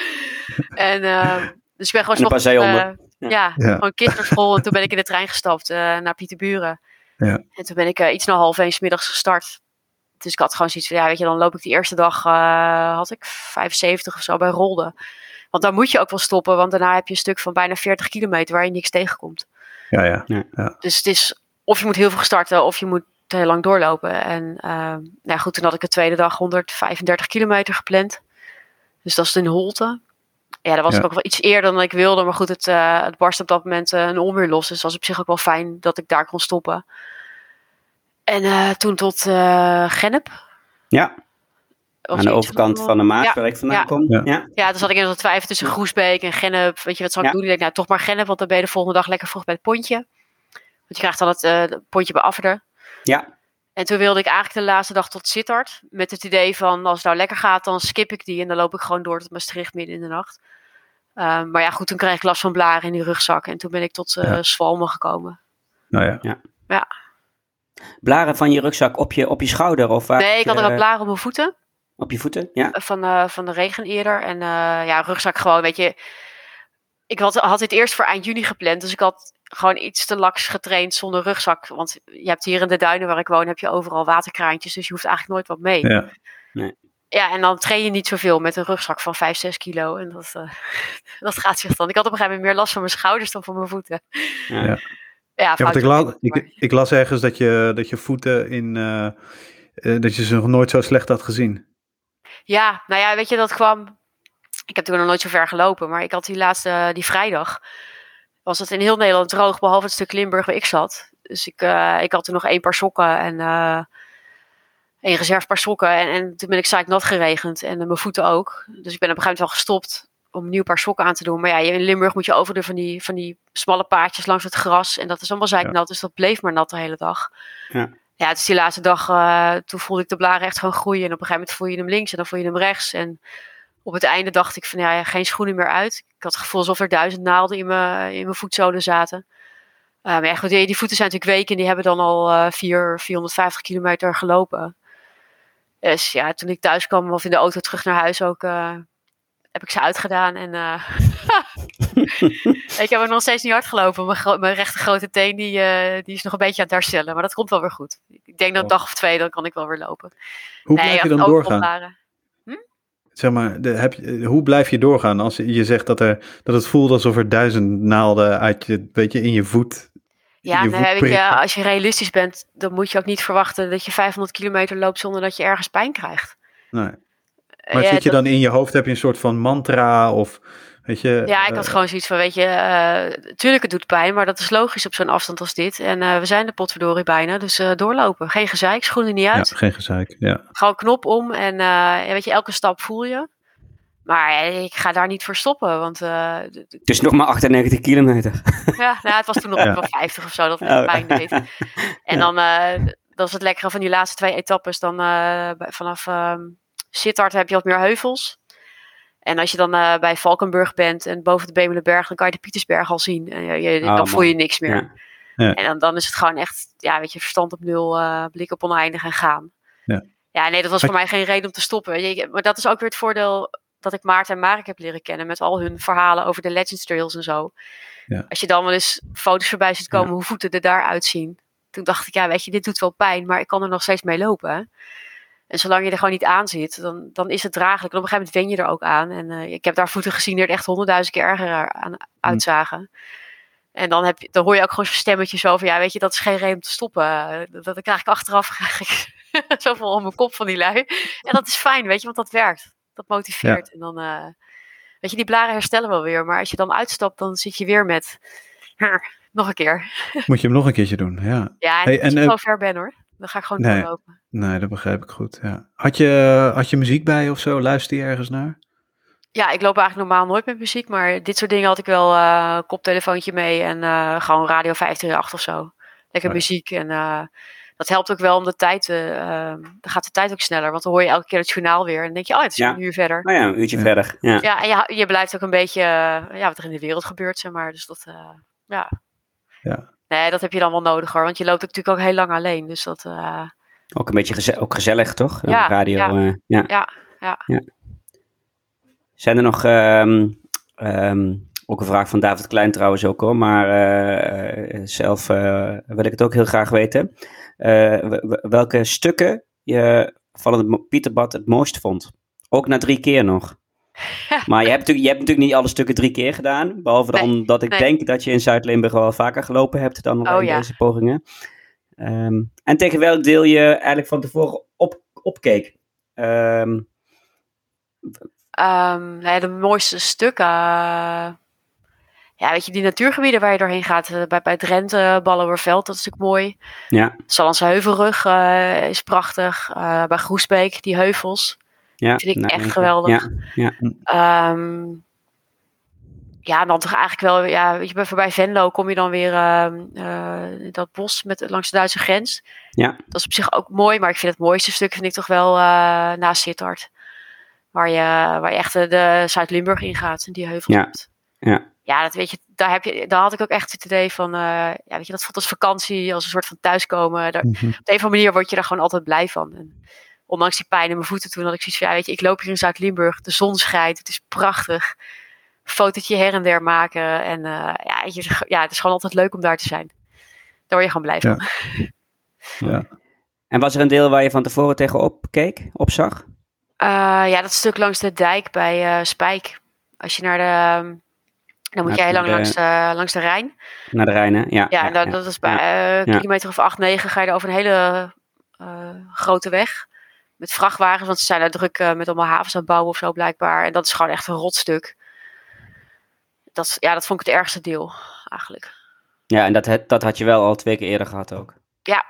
Dus ik ben gewoon gewoon kist naar school. En toen ben ik in de trein gestapt naar Pieterburen. Ja. En toen ben ik iets na 12:30 middags gestart. Dus ik had gewoon zoiets van, weet je, dan loop ik die eerste dag, had ik 75 of zo bij Rolde. Want dan moet je ook wel stoppen, want daarna heb je een stuk van bijna 40 kilometer waar je niks tegenkomt. Ja. Dus het is, of je moet heel veel starten, of je moet heel lang doorlopen. En toen had ik de tweede dag 135 kilometer gepland. Dus dat is in Holte. Ja, dat was ook wel iets eerder dan ik wilde. Maar goed, het barst op dat moment een onweer los. Dus dat was op zich ook wel fijn dat ik daar kon stoppen. En toen tot Gennep. Ja. Aan de overkant van de Maas, waar ik vandaan kom. Ja, toen zat ik in het twijfel tussen Groesbeek en Gennep. Weet je, wat zal ik doen? Ik denk, toch maar Gennep, want dan ben je de volgende dag lekker vroeg bij het pontje. Want je krijgt dan het pontje bij Afferden. Ja. En toen wilde ik eigenlijk de laatste dag tot Sittard. Met het idee van, als het nou lekker gaat, dan skip ik die. En dan loop ik gewoon door tot Maastricht midden in de nacht. Maar ja, goed, toen kreeg ik last van blaren in die rugzak. En toen ben ik tot Zwalmen gekomen. Nou ja. Blaren van je rugzak op je schouder? Of waar nee, ik had er ook blaren op mijn voeten. Op je voeten, ja. Van de regen eerder. En rugzak gewoon, weet je. Ik had dit eerst voor eind juni gepland. Dus ik had gewoon iets te laks getraind zonder rugzak. Want je hebt hier in de duinen waar ik woon, heb je overal waterkraantjes. Dus je hoeft eigenlijk nooit wat mee. Ja. Nee. Ja, en dan train je niet zoveel met een rugzak van 5-6 kilo. En dat gaat zich dan. Ik had op een gegeven moment meer last van mijn schouders dan van mijn voeten. Want ik las ergens dat je voeten dat je ze nog nooit zo slecht had gezien. Ja, nou ja, weet je, dat kwam... Ik heb toen nog nooit zo ver gelopen, maar ik had die vrijdag... was het in heel Nederland droog, behalve het stuk Limburg waar ik zat. Dus ik had toen nog 1 paar sokken en 1 reservepaar sokken. En toen ben ik nat geregend en mijn voeten ook. Dus ik ben op een gegeven moment wel gestopt om een nieuw paar sokken aan te doen. Maar ja, in Limburg moet je over van die smalle paadjes langs het gras. En dat is allemaal zeiknat, dus dat bleef maar nat de hele dag. Ja, dus die laatste dag, toen voelde ik de blaren echt gewoon groeien. En op een gegeven moment voel je hem links en dan voel je hem rechts. En op het einde dacht ik van, geen schoenen meer uit. Ik had het gevoel alsof er 1000 naalden in mijn voetzolen zaten. Maar ja, goed, die voeten zijn natuurlijk week en die hebben dan al 450 kilometer gelopen. Dus ja, toen ik thuis kwam of in de auto terug naar huis ook, heb ik ze uitgedaan. En ik heb er nog steeds niet hard gelopen. Mijn rechter grote teen die is nog een beetje aan het herstellen. Maar dat komt wel weer goed. Ik denk dat een dag of 2, dan kan ik wel weer lopen. Hoe blijf je dan doorgaan? Oplaren. Zeg maar, hoe blijf je doorgaan als je zegt dat het voelt alsof er 1000 naalden uit in je voet. Ja, als je realistisch bent, dan moet je ook niet verwachten dat je 500 kilometer loopt zonder dat je ergens pijn krijgt. Nee. Maar zit je dan in je hoofd, heb je een soort van mantra of weet je? Ja, ik had gewoon zoiets van, weet je, tuurlijk het doet pijn, maar dat is logisch op zo'n afstand als dit. En we zijn de potverdorie bijna, dus doorlopen. Geen gezeik, schoenen niet uit. Ja, geen gezeik, ja. Gewoon knop om en weet je, elke stap voel je. Maar ik ga daar niet voor stoppen, want... het is nog maar 98 kilometer. Ja, het was toen nog wel 50 of zo, dat het pijn deed. En dan, dat is het lekkere van die laatste 2 etappes. Dan vanaf Sittard heb je wat meer heuvels. En als je dan bij Valkenburg bent en boven de Bemelenberg, dan kan je de Pietersberg al zien. En dan voel je niks meer. Ja. En dan is het gewoon echt, weet je, verstand op nul, blik op oneindig en gaan. Ja, nee, dat was voor mij geen reden om te stoppen. Weet je. Maar dat is ook weer het voordeel dat ik Maarten en Marek heb leren kennen met al hun verhalen over de Legends Trails en zo. Ja. Als je dan wel eens foto's voorbij ziet komen hoe voeten er daar uitzien. Toen dacht ik, weet je, dit doet wel pijn, maar ik kan er nog steeds mee lopen. Hè? En zolang je er gewoon niet aan zit, dan is het draaglijk. En op een gegeven moment wen je er ook aan. En ik heb daar voeten gezien die er echt 100.000 keer erger aan uitzagen. En dan hoor je ook gewoon zo'n stemmetje zo van, weet je, dat is geen reden om te stoppen. Dat krijg ik achteraf zoveel om mijn kop van die lui. En dat is fijn, weet je, want dat werkt. Dat motiveert. Ja. En dan, weet je, die blaren herstellen wel weer. Maar als je dan uitstapt, dan zit je weer met, nog een keer. Moet je hem nog een keertje doen, ja. Ja, en als ik wel ver ben hoor. Dan ga ik gewoon doorlopen. Nee, dat begrijp ik goed, ja. Had je muziek bij of zo? Luister je ergens naar? Ja, ik loop eigenlijk normaal nooit met muziek. Maar dit soort dingen had ik wel koptelefoontje mee. En gewoon Radio 538 of zo. Lekker muziek. En dat helpt ook wel om de tijd. Dan gaat de tijd ook sneller. Want dan hoor je elke keer het journaal weer. En dan denk je, het is een uur verder. Oh ja, een uurtje verder. Ja, en je blijft ook een beetje wat er in de wereld gebeurt, zeg maar. Dus dat, ja. Nee, dat heb je dan wel nodig hoor. Want je loopt natuurlijk ook heel lang alleen. Dus dat... Ook een beetje ook gezellig, toch? Ja, radio. Ja. Zijn er nog... ook een vraag van David Klein trouwens ook hoor. Maar zelf wil ik het ook heel graag weten. Welke stukken je van het Pieterbad het mooist vond? Ook na 3 keer nog. Maar je hebt natuurlijk niet alle stukken 3 keer gedaan. Behalve dan dat ik denk dat je in Zuid-Limburg wel vaker gelopen hebt dan in deze pogingen. En tegen welk deel je eigenlijk van tevoren opkeek? De mooiste stukken... weet je, die natuurgebieden waar je doorheen gaat. Bij Drenthe, Ballenwerveld, dat is natuurlijk mooi. Ja. Sallandse Heuvelrug is prachtig. Bij Groesbeek, die heuvels. Ja, vind ik echt geweldig. En dan toch eigenlijk wel... weet je, voorbij Venlo kom je dan weer dat bos langs de Duitse grens. Ja. Dat is op zich ook mooi, maar ik vind het mooiste stuk vind ik toch wel naast Sittard. Waar je echt de Zuid-Limburg ingaat en die heuvels hebt. Ja, dat weet je, daar had ik ook echt het idee van, weet je, dat voelt als vakantie, als een soort van thuiskomen. Op de een of andere manier word je daar gewoon altijd blij van. En ondanks die pijn in mijn voeten toen had ik zoiets van, weet je, ik loop hier in Zuid-Limburg, de zon schijnt, het is prachtig. Een fotootje her en der maken en het is gewoon altijd leuk om daar te zijn. Daar word je gewoon blij van. Ja. En was er een deel waar je van tevoren tegenop keek, opzag? Dat stuk langs de dijk bij Spijk. Als je naar de... Dan moet je heel lang langs de Rijn. Naar de Rijn, hè? Ja, dat is bij kilometer of 8, 9 ga je er over een hele grote weg. Met vrachtwagens, want ze zijn daar druk met allemaal havens aan het bouwen of zo blijkbaar. En dat is gewoon echt een rotstuk. Dat vond ik het ergste deel, eigenlijk. Ja, en dat had je wel al 2 keer eerder gehad ook. Ja,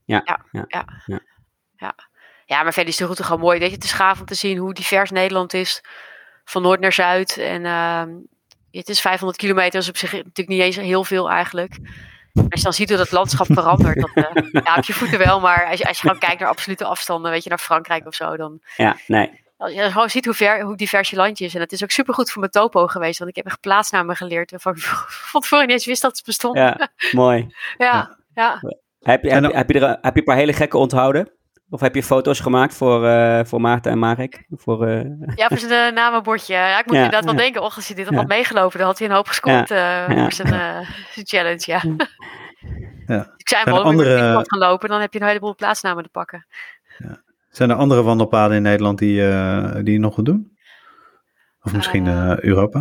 maar verder is de route gewoon mooi. Weet je, het is gaaf om te zien hoe divers Nederland is. Van noord naar zuid. En het is 500 kilometer. Dat is op zich natuurlijk niet eens heel veel eigenlijk. Als je dan ziet hoe dat landschap verandert. Op je voeten wel. Maar als je gewoon kijkt naar absolute afstanden. Weet je, naar Frankrijk of zo. Dan, als je gewoon ziet hoe divers je landje is. En het is ook supergoed voor mijn topo geweest. Want ik heb echt plaatsnamen geleerd. Waarvan ik van tevoren niet eens wist dat ze bestonden. Ja, mooi. Ja. Heb je een paar hele gekke onthouden? Of heb je foto's gemaakt voor Maarten en Marek? Ja, voor zijn namenbordje. Ja, ik moet inderdaad wel denken, als hij dit had meegelopen, dan had hij een hoop gescoord voor zijn challenge, ja. Ja. Ik zei hem wel, als je wat gaan lopen, dan heb je een heleboel plaatsnamen te pakken. Ja. Zijn er andere wandelpaden in Nederland die je nog wil doen? Of misschien Europa?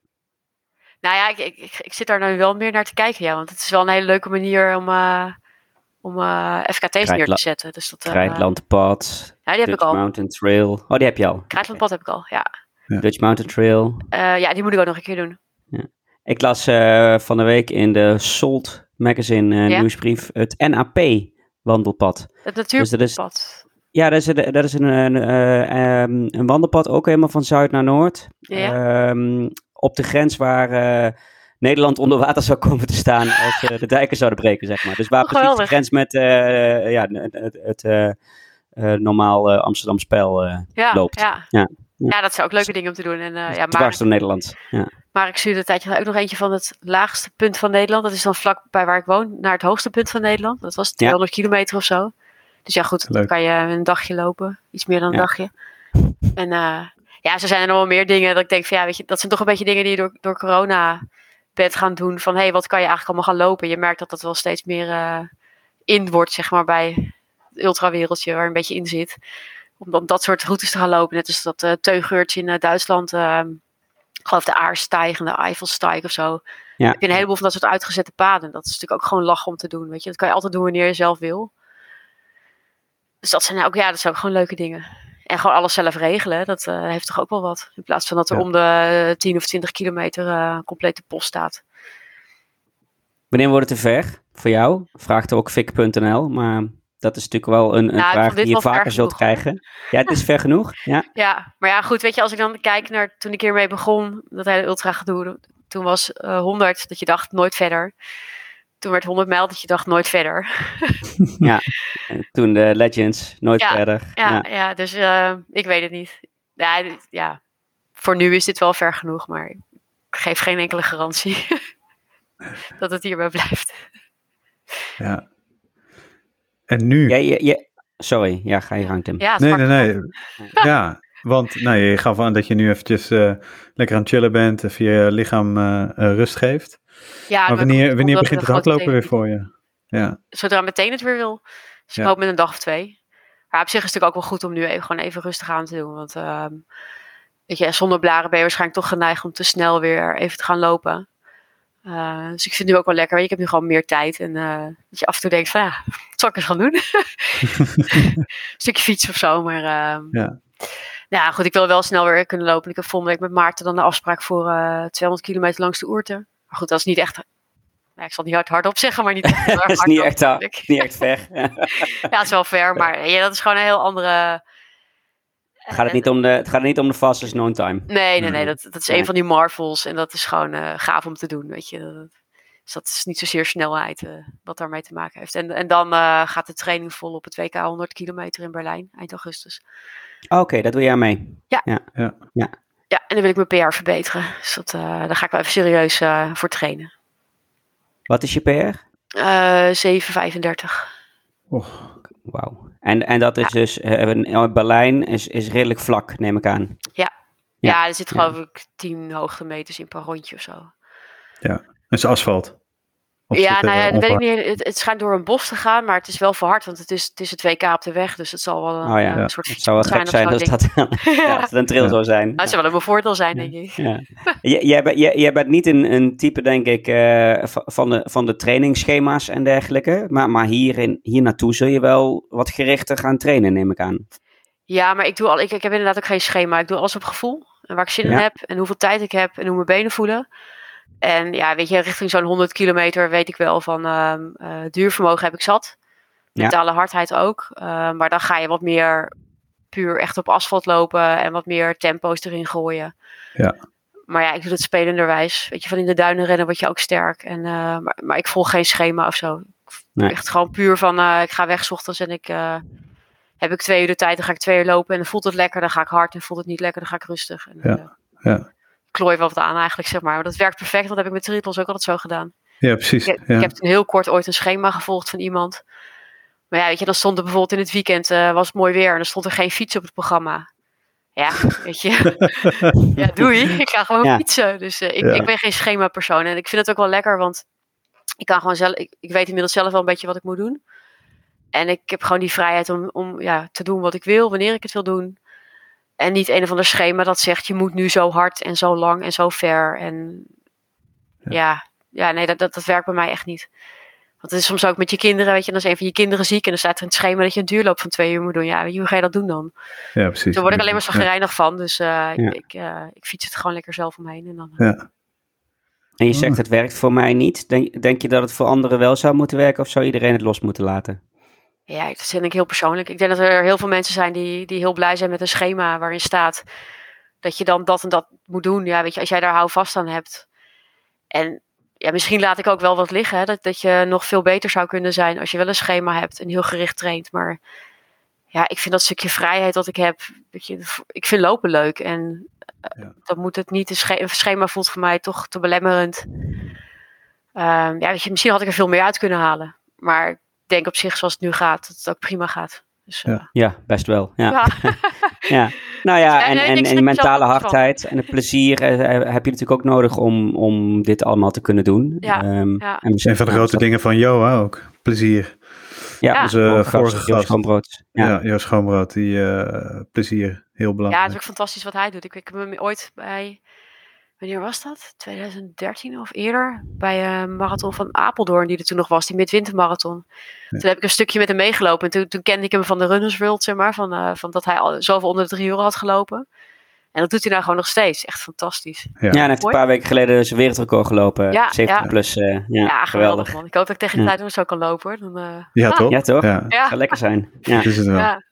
Nou ja, ik zit daar nu wel meer naar te kijken, ja. Want het is wel een hele leuke manier om FKT's neer te zetten. Dus Krijtlandpad, ja, die heb Dutch ik al. Mountain Trail. Oh, die heb je al. Krijtlandpad heb ik al, ja. Dutch Mountain Trail. Ja, die moet ik ook nog een keer doen. Ja. Ik las van de week in de Salt Magazine nieuwsbrief het NAP wandelpad. Het natuurpad. Ja, dat is een wandelpad, ook helemaal van zuid naar noord. Ja. Op de grens waar Nederland onder water zou komen te staan als de dijken zouden breken, zeg maar. Dus waar precies de grens met het normaal Amsterdam Spel loopt. Ja, dat zijn ook leuke dingen om te doen. En, dwars door Nederland. Ja. Maar ik stuurde een tijdje ook nog eentje van het laagste punt van Nederland. Dat is dan vlakbij waar ik woon, naar het hoogste punt van Nederland. Dat was 200 kilometer of zo. Dus ja, goed, dan kan je een dagje lopen. Iets meer dan een dagje. En zo zijn er nog wel meer dingen dat ik denk van ja, weet je, dat zijn toch een beetje dingen die je door corona bent gaan doen. Van hey, wat kan je eigenlijk allemaal gaan lopen? Je merkt dat dat wel steeds meer in wordt, zeg maar, bij het ultrawereldje waar je een beetje in zit. Om dan dat soort routes te gaan lopen. Net als dat Teugeurtje in Duitsland. Ik geloof de Aarsteig en de Eifelsteig of zo. Ja. Heb je een heleboel van dat soort uitgezette paden. Dat is natuurlijk ook gewoon lachen om te doen. Weet je? Dat kan je altijd doen wanneer je zelf wil. Dus dat zijn ook gewoon leuke dingen. En gewoon alles zelf regelen. Dat heeft toch ook wel wat. In plaats van dat er om de 10 of 20 kilometer een complete post staat. Wanneer wordt het te ver voor jou? Vraagt ook fik.nl. Maar dat is natuurlijk wel een vraag die je vaker zult krijgen. Ja, het is ver genoeg. Ja, maar ja, goed. Weet je, als ik dan kijk naar toen ik hiermee begon, dat hele ultra gedoe. Toen was 100 dat je dacht nooit verder. Toen werd 100 mijl dat je dacht nooit verder. Ja, en toen de Legends nooit verder. Ja, dus ik weet het niet. Ja, voor nu is dit wel ver genoeg, maar ik geef geen enkele garantie dat het hierbij blijft. Ja. En nu? Sorry, ga je gang, Tim. Ja, nee. Ja, want je gaf aan dat je nu eventjes lekker aan het chillen bent, even je lichaam rust geeft. Ja, maar wanneer begint het hardlopen weer voor je? Ja. Zodra meteen het weer wil. Dus ik hoop met een dag of 2. Maar op zich is het natuurlijk ook wel goed om nu even rustig aan te doen. Want weet je, zonder blaren ben je waarschijnlijk toch geneigd om te snel weer even te gaan lopen. Dus ik vind het nu ook wel lekker. Weet je, ik heb nu gewoon meer tijd. En dat je af en toe denkt van wat zal ik eens gaan doen? Een stukje fietsen of zo. Maar ja, goed, ik wil wel snel weer kunnen lopen. Ik heb volgende week met Maarten dan de afspraak voor 200 kilometer langs de Ourthe. Maar goed, dat is niet echt... ik zal het niet hardop zeggen, maar niet echt hard. Dat is niet echt ver. Ja, het is wel ver, maar dat is gewoon een heel andere... Het gaat niet om de fastest known time. Nee, dat is een van die marvels. En dat is gewoon gaaf om te doen, weet je. Dus dat is niet zozeer snelheid wat daarmee te maken heeft. En dan gaat de training vol op het WK 100 kilometer in Berlijn, eind augustus. Oké, dat doe jij mee. Ja, en dan wil ik mijn PR verbeteren. Dus daar ga ik wel even serieus voor trainen. Wat is je PR? 7:35. Wauw. En dat is dus, Berlijn is redelijk vlak, neem ik aan. Ja, er zit geloof ik 10 hoogtemeters in per rondje of zo. Ja, dat is asfalt. Dat weet ik niet. Het schijnt door een bos te gaan, maar het is wel verhard, want het is het WK op de weg, dus het zal wel een soort... Het zou wel gek zijn als dat een trail zou zijn. Nou, het zou wel een voordeel zijn, denk ik. Ja. Jij bent niet een type, denk ik, van de trainingsschema's en dergelijke, maar hier naartoe zul je wel wat gerichter gaan trainen, neem ik aan. Ja, maar ik heb inderdaad ook geen schema. Ik doe alles op gevoel, en waar ik zin in heb, en hoeveel tijd ik heb, en hoe mijn benen voelen. En ja, weet je, richting zo'n 100 kilometer weet ik wel van duurvermogen heb ik zat. Mentale hardheid ook. Maar dan ga je wat meer puur echt op asfalt lopen en wat meer tempo's erin gooien. Ja. Maar ja, ik doe dat spelenderwijs. Weet je, van in de duinen rennen word je ook sterk. En, maar ik volg geen schema of zo. Echt gewoon puur van ik ga weg 's ochtends en heb ik 2 uur de tijd, dan ga ik 2 uur lopen. En dan voelt het lekker, dan ga ik hard. En voelt het niet lekker, dan ga ik rustig. En, klooi wel wat aan eigenlijk, zeg maar. Maar dat werkt perfect, dat heb ik met triathlons ook altijd zo gedaan. Ja, precies. Ik heb toen heel kort ooit een schema gevolgd van iemand. Maar ja, weet je, dan stond er bijvoorbeeld in het weekend, was het mooi weer. En dan stond er geen fiets op het programma. Ja, weet je. Ja, doei. Ik ga gewoon fietsen. Dus ik ben geen schema-persoon. En ik vind het ook wel lekker, want ik kan gewoon zelf... Ik weet inmiddels zelf wel een beetje wat ik moet doen. En ik heb gewoon die vrijheid om te doen wat ik wil, wanneer ik het wil doen. En niet een of ander schema dat zegt, je moet nu zo hard en zo lang en zo ver. En nee, dat werkt bij mij echt niet. Want het is soms ook met je kinderen, weet je, dan is een van je kinderen ziek en dan staat er in het schema dat je een duurloop van 2 uur moet doen. Ja, hoe ga je dat doen dan? Ja, precies. Daar word ik alleen maar zo gereinigd van. Dus ik fiets het gewoon lekker zelf omheen. En dan, En je zegt, het werkt voor mij niet. Denk je dat het voor anderen wel zou moeten werken of zou iedereen het los moeten laten? Ja, dat vind ik heel persoonlijk. Ik denk dat er heel veel mensen zijn die heel blij zijn met een schema waarin staat dat je dan dat en dat moet doen. Ja, weet je, als jij daar houvast aan hebt. En ja, misschien laat ik ook wel wat liggen. Hè? Dat je nog veel beter zou kunnen zijn als je wel een schema hebt en heel gericht traint. Maar ja, ik vind dat stukje vrijheid dat ik heb. Weet je, ik vind lopen leuk. En dan moet het niet. Een schema voelt voor mij toch te belemmerend. Weet je, misschien had ik er veel meer uit kunnen halen. Maar ik denk op zich zoals het nu gaat, dat het ook prima gaat. Dus, ja, best wel. Ja. Ja. Nou ja, en die mentale hardheid en het plezier heb je natuurlijk ook nodig om dit allemaal te kunnen doen. Ja. En een van de grote dingen van Joa ook. Plezier. Ja, onze vorige gast. Schoonbrood. Joost Schoonbrood, die plezier, heel belangrijk. Ja, het is ook fantastisch wat hij doet. Ik heb hem ooit bij, wanneer was dat? 2013 of eerder? Bij een marathon van Apeldoorn, die er toen nog was, die midwintermarathon. Ja. Toen heb ik een stukje met hem meegelopen. En toen kende ik hem van de Runners World, zeg maar, van dat hij al zoveel onder de 3 uur had gelopen. En dat doet hij nou gewoon nog steeds. Echt fantastisch. Ja, en hij heeft een paar weken geleden zijn wereldrecord gelopen. 70 plus. Ja, geweldig man. Ik hoop dat ik tegen de tijd nog zo kan lopen hoor. Dan, ja, toch? Ja, toch? Ja. Het zou lekker zijn. Ja. Dat is het wel. Ja.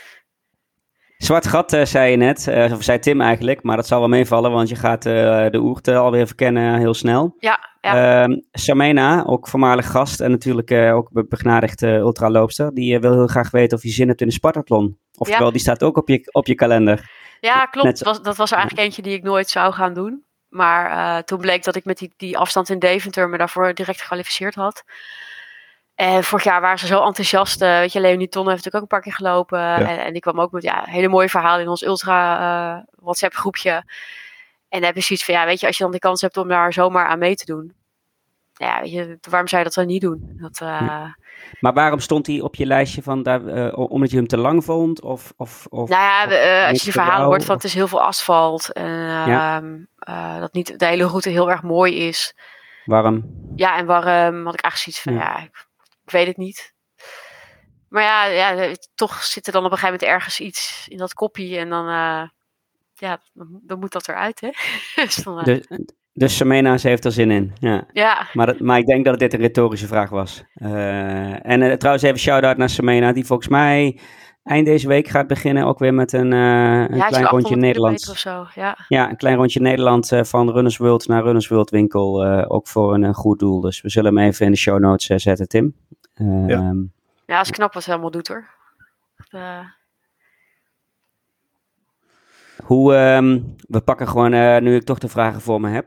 Zwart gat, zei je net. Of zei Tim eigenlijk. Maar dat zal wel meevallen, want je gaat de Oert alweer verkennen heel snel. Ja. Samena, ook voormalig gast en natuurlijk ook begnadigd ultraloopster. Die wil heel graag weten of je zin hebt in een Spartathlon. Oftewel, die staat ook op je kalender. Ja, klopt. Dat was er eigenlijk eentje die ik nooit zou gaan doen. Maar toen bleek dat ik met die afstand in Deventer me daarvoor direct gekwalificeerd had. En vorig jaar waren ze zo enthousiast. Weet je, Leonie Tonne heeft natuurlijk ook een paar keer gelopen. Ja. En die kwam ook met hele mooie verhalen in ons ultra WhatsApp groepje. En dan heb je zoiets van, weet je, als je dan de kans hebt om daar zomaar aan mee te doen. Ja, weet je, waarom zou je dat dan niet doen? Maar waarom stond hij op je lijstje van daar, omdat je hem te lang vond? Of als je de verhalen hoort van het is heel veel asfalt. En dat niet de hele route heel erg mooi is. Warm. Ja, en warm had ik eigenlijk zoiets van, ik weet het niet. Maar toch zit er dan op een gegeven moment ergens iets in dat koppie. En dan moet dat eruit, hè. Dus Samena, ze heeft er zin in. Ja. Maar ik denk dat dit een retorische vraag was. En trouwens even shout-out naar Samena, die volgens mij eind deze week gaat beginnen. Ook weer met een klein rondje Nederland. Of zo, ja, een klein rondje Nederland van Runners World naar Runners World winkel. Ook voor een goed doel. Dus we zullen hem even in de show notes zetten, Tim. Ja, dat is knap wat ze helemaal doet, hoor. We pakken gewoon, nu ik toch de vragen voor me heb.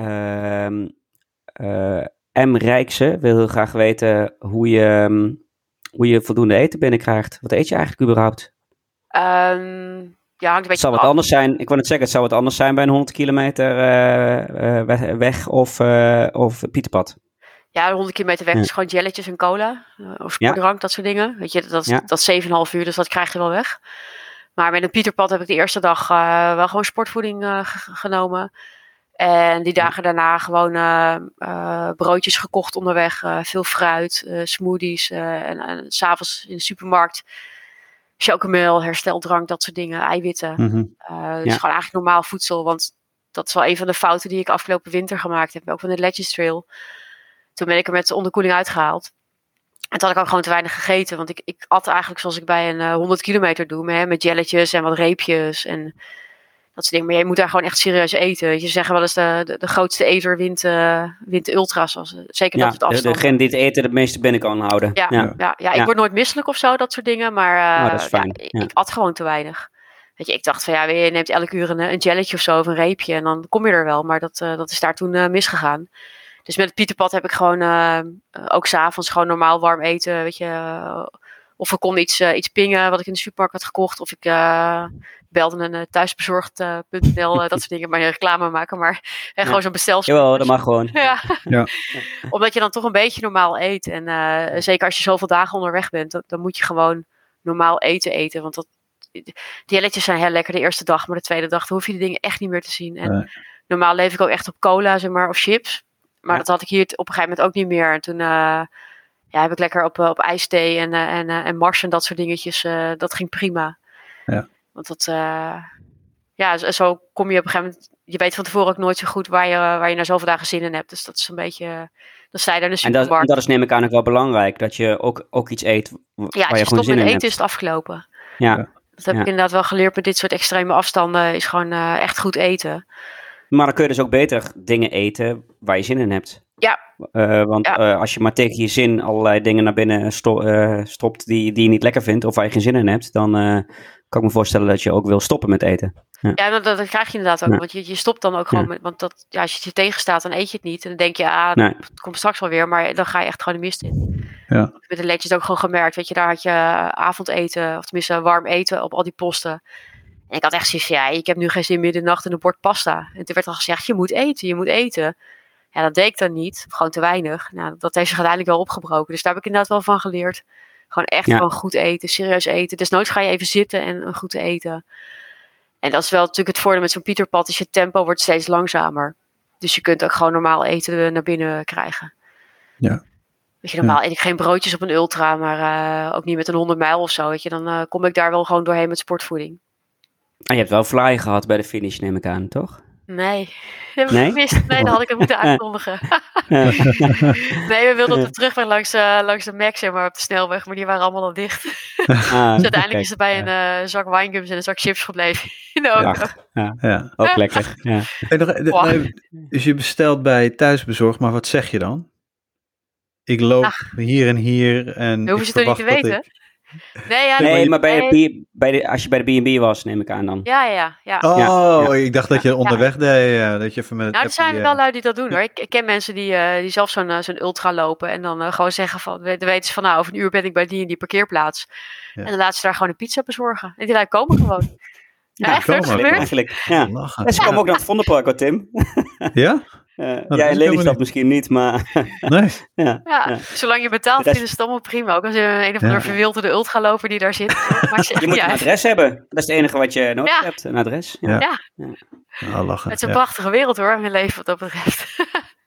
M. Rijkse wil heel graag weten hoe je voldoende eten binnenkrijgt. Wat eet je eigenlijk überhaupt? Hangt een beetje zal het anders zijn? Ik wou net zeggen, het zou het anders zijn bij een 100 kilometer weg of Pieterpad? Ja, 100 kilometer weg is gewoon jelletjes en cola. Of sportdrank, dat soort dingen. Weet je, dat is 7,5 uur, dus dat krijg je wel weg. Maar met een Pieterpad heb ik de eerste dag wel gewoon sportvoeding genomen. En die dagen daarna gewoon broodjes gekocht onderweg. Veel fruit, smoothies. En 's avonds in de supermarkt chocomel, hersteldrank, dat soort dingen. Eiwitten. Mm-hmm. Dus gewoon eigenlijk normaal voedsel. Want dat is wel een van de fouten die ik afgelopen winter gemaakt heb. Ook van de Legends Trail. Toen ben ik er met de onderkoeling uitgehaald. En toen had ik ook gewoon te weinig gegeten. Want ik at eigenlijk zoals ik bij een 100 kilometer doe. Met jelletjes en wat reepjes. En dat soort dingen. Maar je moet daar gewoon echt serieus eten. Je zeggen wel eens de grootste eter wint de ultra's. Zeker dat het afstand. Degene die het eten het meeste binnen kan houden. Ja, ik word nooit misselijk of zo. Dat soort dingen. Maar dat is fijn. Ik at gewoon te weinig. Weet je, ik dacht van je neemt elk uur een jelletje of zo. Of een reepje. En dan kom je er wel. Maar dat is daar toen misgegaan. Dus met het Pieterpad heb ik gewoon ook 's avonds gewoon normaal warm eten, weet je, Of er kon iets pingen wat ik in de supermarkt had gekocht. Of ik belde een thuisbezorgd.nl, dat soort dingen. Maar geen reclame maken, maar gewoon zo'n bestelservice. Jawel, dat mag gewoon. Ja. Omdat je dan toch een beetje normaal eet. En zeker als je zoveel dagen onderweg bent, dan moet je gewoon normaal eten. Want die helletjes zijn heel lekker de eerste dag, maar de tweede dag dan hoef je de dingen echt niet meer te zien. En normaal leef ik ook echt op cola, zeg maar, of chips. Maar dat had ik hier op een gegeven moment ook niet meer. En toen heb ik lekker op ijsthee en mars en dat soort dingetjes. Dat ging prima. Ja. Want zo kom je op een gegeven moment. Je weet van tevoren ook nooit zo goed waar je na zoveel dagen zin in hebt. Dus dat is een beetje. Dan sta je daar in de supermarkt. En dat is neem ik aan ook wel belangrijk. Dat je ook iets eet waar je gewoon zin in hebt. Ja, als je stopt met eten is het afgelopen. Ja. Dat heb ik inderdaad wel geleerd met dit soort extreme afstanden. Is gewoon echt goed eten. Maar dan kun je dus ook beter dingen eten waar je zin in hebt. Ja. Want als je maar tegen je zin allerlei dingen naar binnen stopt die je niet lekker vindt of waar je geen zin in hebt, dan kan ik me voorstellen dat je ook wil stoppen met eten. Ja, dat krijg je inderdaad ook. Ja. Want je stopt dan ook gewoon met, want als je het je tegenstaat, dan eet je het niet. En dan denk je, het komt straks wel weer, maar dan ga je echt gewoon de mist in. Ja. Met de letjes ook gewoon gemerkt, weet je, daar had je avondeten, of tenminste warm eten op al die posten. En ik had echt zoiets, ik heb nu geen zin meer de nacht in een bord pasta. En toen werd al gezegd, je moet eten. Ja, dat deed ik dan niet. Gewoon te weinig. Nou, dat heeft zich uiteindelijk wel opgebroken. Dus daar heb ik inderdaad wel van geleerd. Gewoon echt gewoon goed eten, serieus eten. Desnoods ga je even zitten en goed eten. En dat is wel natuurlijk het voordeel met zo'n Pieterpad. Dus je tempo wordt steeds langzamer. Dus je kunt ook gewoon normaal eten naar binnen krijgen. Ja. Weet je, normaal eet ik geen broodjes op een ultra. Maar ook niet met een 100 mijl of zo. Weet je, dan kom ik daar wel gewoon doorheen met sportvoeding. Je hebt wel fly gehad bij de finish, neem ik aan, toch? Nee, dat heb ik gemist. Nee, dan had ik het moeten aankondigen. Nee, we wilden op de terugweg langs de Mac, zeg maar, op de snelweg, maar die waren allemaal al dicht. Dus uiteindelijk is er bij een zak winegums en een zak chips gebleven in de auto. Ja. Ook lekker. Ja. Dus je bestelt bij thuisbezorgd, maar wat zeg je dan? Ik loop hier en hier en hoeven ze het niet te weten? Nee, maar als je bij de B&B was, neem ik aan dan. Ja. Ik dacht dat je onderweg deed. Dat je even met er zijn wel lui die dat doen hoor. Ik ken mensen die zelf zo'n ultra lopen en dan gewoon zeggen van, weten ze van over een uur ben ik bij die en die parkeerplaats. Ja. En dan laten ze daar gewoon een pizza bezorgen. En die lui komen gewoon. Echt, dat gebeurt. Eigenlijk. Ja. En ze komen ook naar het Vondelpark hoor, Tim. Ja? In Lelystad misschien niet, maar... Nee. Zolang je betaalt, is het allemaal prima. Ook als je een of andere verwilderde ultraloper die daar zit. Maar je moet een adres hebben. Dat is het enige wat je nodig hebt, een adres. Ja. Lachen. Het is een prachtige wereld hoor, mijn leven wat dat betreft.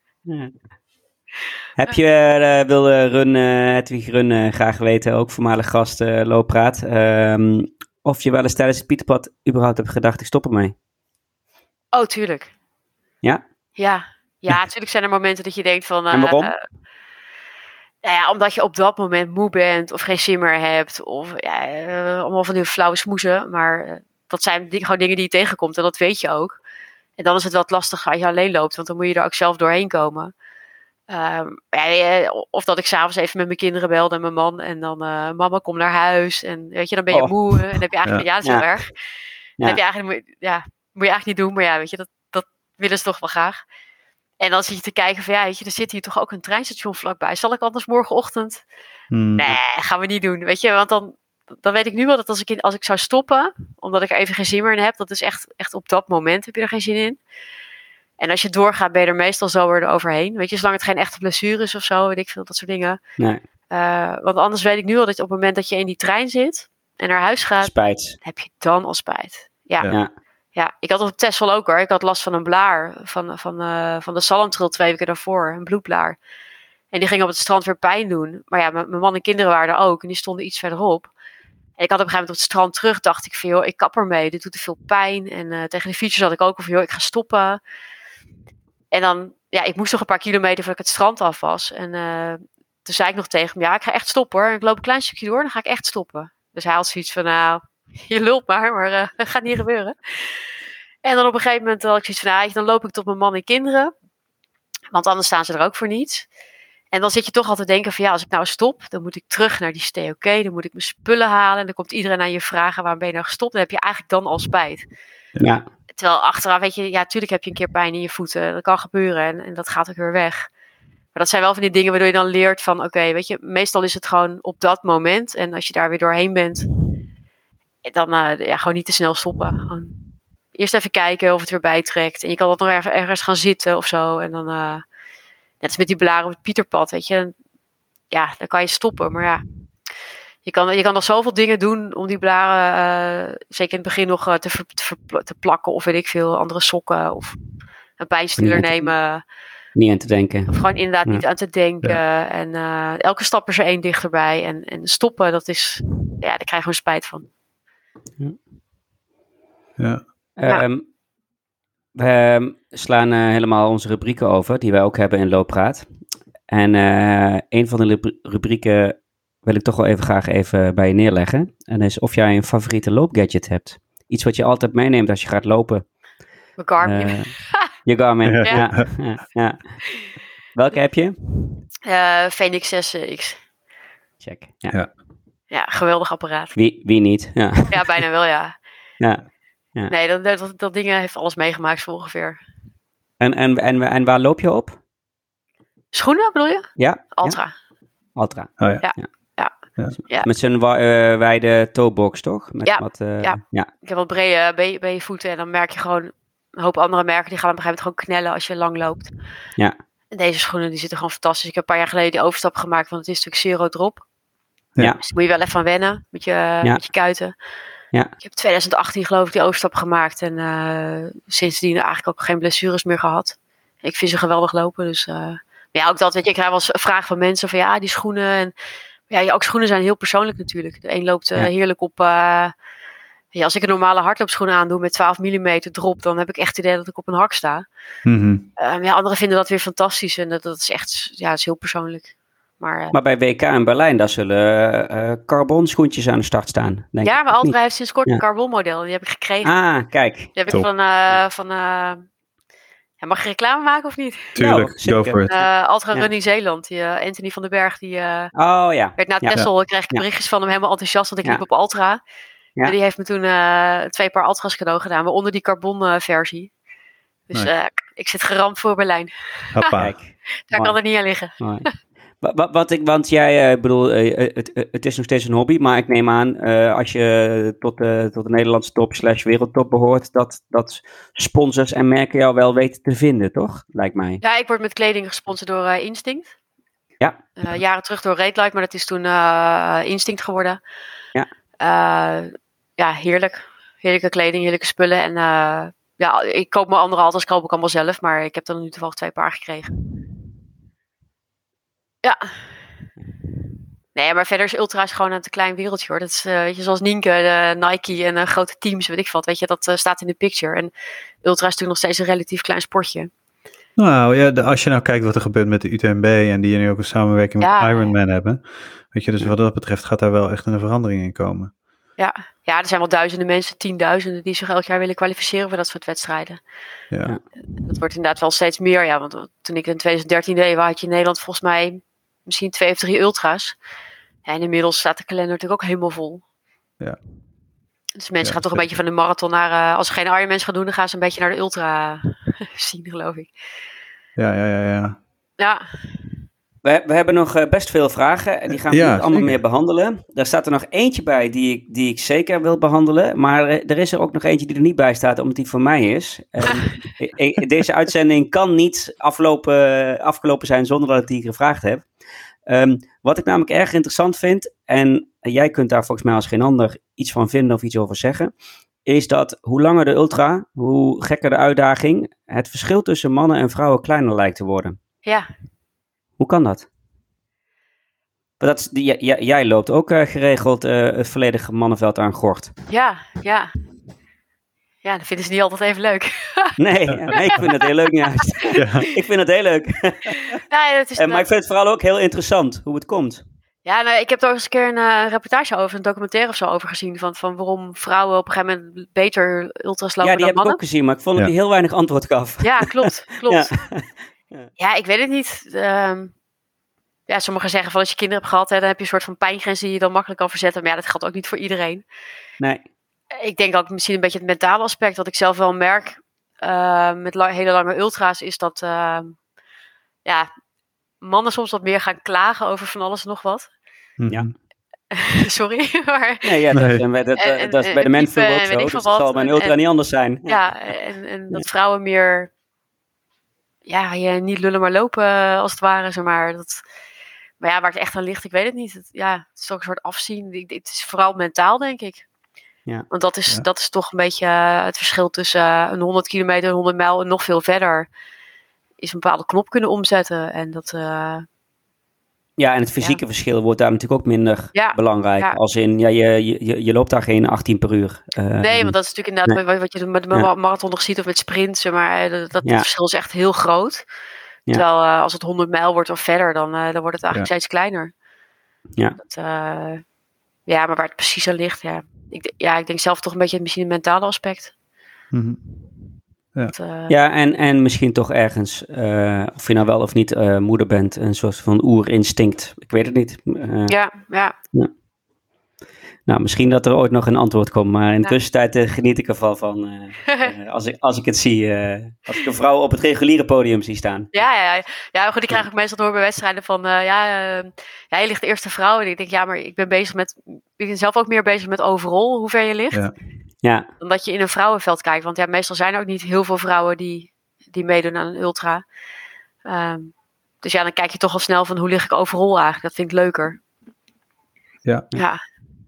Heb je, Hedwig Run graag weten, ook voormalig gast Looppraat, of je wel eens tijdens het Pieterpad überhaupt hebt gedacht, ik stop ermee? Oh, tuurlijk. Ja? Ja, natuurlijk zijn er momenten dat je denkt van... en waarom? Omdat je op dat moment moe bent of geen zin meer hebt. Of allemaal van die flauwe smoezen. Maar dat zijn gewoon dingen die je tegenkomt en dat weet je ook. En dan is het wat lastig als je alleen loopt, want dan moet je er ook zelf doorheen komen. Of dat ik s'avonds even met mijn kinderen belde en mijn man. En dan, mama, kom naar huis. En weet je, dan ben je moe. En dan heb je eigenlijk, dat is heel erg. Dan heb je eigenlijk, moet je eigenlijk niet doen. Maar weet je, dat willen ze toch wel graag. En dan zit je te kijken van, weet je, er zit hier toch ook een treinstation vlakbij. Zal ik anders morgenochtend? Nee, gaan we niet doen. Weet je, want dan weet ik nu wel dat als ik zou stoppen, omdat ik er even geen zin meer in heb, dat is echt op dat moment heb je er geen zin in. En als je doorgaat, ben je er meestal zo weer overheen. Weet je, zolang het geen echte blessure is of zo, weet ik veel, dat soort dingen. Nee. Want anders weet ik nu al dat op het moment dat je in die trein zit en naar huis gaat, heb je dan al spijt. Ja, ik had op Texel ook hoor. Ik had last van een blaar van de Salmtrail 2 weken daarvoor. Een bloedblaar. En die ging op het strand weer pijn doen. Maar ja, mijn man en kinderen waren er ook. En die stonden iets verderop. En ik had op een gegeven moment op het strand terug. Dacht ik van joh, ik kap ermee. Dit doet te veel pijn. En tegen de fietsers had ik ook van joh, ik ga stoppen. En dan, ik moest nog een paar kilometer voordat ik het strand af was. En toen zei ik nog tegen hem, ik ga echt stoppen hoor. Ik loop een klein stukje door, dan ga ik echt stoppen. Dus hij had zoiets van, je lult maar dat gaat niet gebeuren. En dan op een gegeven moment had ik zoiets van, dan loop ik tot mijn man en kinderen. Want anders staan ze er ook voor niets. En dan zit je toch altijd te denken van, als ik nou stop, dan moet ik terug naar die STOK. Dan moet ik mijn spullen halen. En dan komt iedereen aan je vragen, waarom ben je nou gestopt? Dan heb je eigenlijk dan al spijt. Ja. Terwijl achteraf, weet je, tuurlijk heb je een keer pijn in je voeten. Dat kan gebeuren en dat gaat ook weer weg. dat zijn wel van die dingen waardoor je dan leert van, oké, weet je, meestal is het gewoon op dat moment. En als je daar weer doorheen bent, dan gewoon niet te snel stoppen. Gewoon eerst even kijken of het weer bijtrekt. En je kan dat nog ergens gaan zitten of zo. En dan, net als met die blaren op het Pieterpad, weet je. Ja, dan kan je stoppen. Maar ja, je kan nog zoveel dingen doen om die blaren, zeker in het begin nog te plakken. Of weet ik veel, andere sokken of een pijnstiller nemen. Niet aan te denken. Of gewoon inderdaad niet aan te denken. Ja. En elke stap is er 1 dichterbij. En stoppen, dat is, ja, daar krijg je gewoon spijt van. Ja. We slaan helemaal onze rubrieken over, die wij ook hebben in Looppraat. En een van de rubrieken wil ik toch wel graag even bij je neerleggen. En dat is of jij een favoriete loopgadget hebt. Iets wat je altijd meeneemt als je gaat lopen. Mijn Garmin. Je Garmin, ja. Welke heb je? Fenix 6X. Check, Ja, geweldig apparaat. Wie niet? Ja, ja bijna wel, ja. Ja. Nee, dat ding heeft alles meegemaakt zo ongeveer. En waar loop je op? Schoenen bedoel je? Ja. Ultra. Ultra. Oh ja. Ja. Met zo'n wijde toebox, toch? Met ja. Wat, Ik heb wat brede voeten en dan merk je gewoon een hoop andere merken die gaan op een gegeven moment gewoon knellen als je lang loopt. Ja. En deze schoenen die zitten gewoon fantastisch. Ik heb een paar jaar geleden die overstap gemaakt, want het is natuurlijk zero drop. Ja. Dus daar moet je wel even van wennen met je kuiten. Ja. Ik heb 2018 geloof ik die overstap gemaakt en sindsdien eigenlijk ook geen blessures meer gehad. Ik vind ze geweldig lopen, dus ja, ook dat, weet je, ik krijg wel eens een vraag van mensen van ja, die schoenen en ja, ook schoenen zijn heel persoonlijk natuurlijk. De een loopt heerlijk op, als ik een normale hardloopschoen aandoe met 12 mm drop, dan heb ik echt het idee dat ik op een hak sta. Mm-hmm. Anderen vinden dat weer fantastisch en dat is echt, ja, dat is heel persoonlijk. Maar bij WK in Berlijn, daar zullen carbon schoentjes aan de start staan. Denk ja, ik. maar Altra heeft sinds kort een carbon model. Die heb ik gekregen. Ah, kijk. Die heb Top. ik van mag je reclame maken of niet? Tuurlijk, go for it. Altra Running Zeeland. Die, Anthony van den Berg, die werd na Texel, kreeg ik berichtjes van hem helemaal enthousiast, want ik liep op Altra. Ja. En die heeft me toen 2 paar Altras cadeau gedaan, waaronder die carbon versie. Dus ik zit geramd voor Berlijn. Kijk. Daar kan het niet aan liggen. Want jij, het is nog steeds een hobby, maar ik neem aan, als je tot de Nederlandse top / wereldtop behoort, dat sponsors en merken jou wel weten te vinden, toch? Lijkt mij. Ja, ik word met kleding gesponsord door Instinct. Ja. Jaren terug door Raidlight, maar dat is toen Instinct geworden. Ja. Ja, heerlijk. Heerlijke kleding, heerlijke spullen. En ja, ik koop mijn andere Altras, koop ik allemaal zelf, maar ik heb er nu toevallig 2 paar gekregen. Ja. Nee, maar verder is Ultra is gewoon een te klein wereldje hoor. Dat is, weet je, zoals Nienke, Nike en grote teams, weet ik wat. Weet je, dat staat in de picture. En Ultra is natuurlijk nog steeds een relatief klein sportje. Nou ja, als je nou kijkt wat er gebeurt met de UTMB en die nu ook een samenwerking met Ironman hebben. Weet je, dus wat dat betreft gaat daar wel echt een verandering in komen. Ja, er zijn wel duizenden mensen, 10.000 die zich elk jaar willen kwalificeren voor dat soort wedstrijden. Ja. Dat wordt inderdaad wel steeds meer, ja. Want toen ik in 2013 deed, had je in Nederland volgens mij misschien 2 of 3 ultra's. Ja, en inmiddels staat de kalender natuurlijk ook helemaal vol. Ja. Dus mensen gaan toch een beetje van de marathon naar... als ze geen Ironmans gaan doen, dan gaan ze een beetje naar de ultra zien, geloof ik. Ja. We hebben nog best veel vragen en die gaan we niet allemaal meer behandelen. Daar staat er nog eentje bij die ik zeker wil behandelen. Maar er is er ook nog eentje die er niet bij staat, omdat die voor mij is. Deze uitzending kan niet afgelopen zijn zonder dat ik die gevraagd heb. Wat ik namelijk erg interessant vind, en jij kunt daar volgens mij als geen ander iets van vinden of iets over zeggen, is dat hoe langer de ultra, hoe gekker de uitdaging, het verschil tussen mannen en vrouwen kleiner lijkt te worden. Ja. Hoe kan dat? Jij loopt ook geregeld het volledige mannenveld aan gort. Ja. Ja, dat vinden ze niet altijd even leuk. Nee, ik vind het heel leuk juist. Ja. Ik vind het heel leuk. Ja, dat is maar ik vind het vooral ook heel interessant hoe het komt. Ja, nou, ik heb er eens een keer een reportage over, een documentaire of zo over gezien. Van waarom vrouwen op een gegeven moment beter ultras lopen dan mannen. Ja, die heb ik ook gezien, maar ik vond dat die heel weinig antwoord gaf. Ja, klopt. Ja, ik weet het niet. Ja, sommigen zeggen van als je kinderen hebt gehad, dan heb je een soort van pijngrens die je dan makkelijk kan verzetten. Maar ja, dat geldt ook niet voor iedereen. Nee. Ik denk ook misschien een beetje het mentale aspect. Wat ik zelf wel merk met hele lange ultra's is dat mannen soms wat meer gaan klagen over van alles en nog wat. Ja. Sorry, maar... Nee, dat is bij de mensen ook zo. Dus het zal bij een ultra niet anders zijn. Ja, en dat vrouwen meer... Ja, niet lullen maar lopen als het ware, zeg maar. Maar ja, waar het echt aan ligt, ik weet het niet. Het is ook een soort afzien. Het is vooral mentaal, denk ik. Ja. Want dat is toch een beetje het verschil tussen een 100 kilometer, 100 mijl en nog veel verder. Is een bepaalde knop kunnen omzetten. En dat... Ja, en het fysieke verschil wordt daar natuurlijk ook minder belangrijk. Ja. Als in, je loopt daar geen 18 per uur. Nee, want dat is natuurlijk inderdaad wat je met de marathon nog ziet of met sprints. Maar dat verschil is echt heel groot. Ja. Terwijl als het 100 mijl wordt of verder, dan wordt het eigenlijk steeds kleiner. Ja. Maar waar het precies aan ligt, ik denk zelf toch een beetje misschien het mentale aspect. Mm-hmm. Ja, en misschien toch ergens, of je nou wel of niet moeder bent, een soort van oerinstinct. Ik weet het niet. Ja. Nou, misschien dat er ooit nog een antwoord komt, maar in de tussentijd geniet ik ervan van als ik het zie, als ik een vrouw op het reguliere podium zie staan. Ja, goed, die krijg ik meestal door bij wedstrijden van, je ligt de eerste vrouw. En ik denk, maar ik ben zelf ook meer bezig met overal, hoe ver je ligt. Ja. Dan dat je in een vrouwenveld kijkt. Want meestal zijn er ook niet heel veel vrouwen die meedoen aan een ultra. Dus dan kijk je toch al snel van hoe lig ik overal eigenlijk. Dat vind ik leuker. Ja.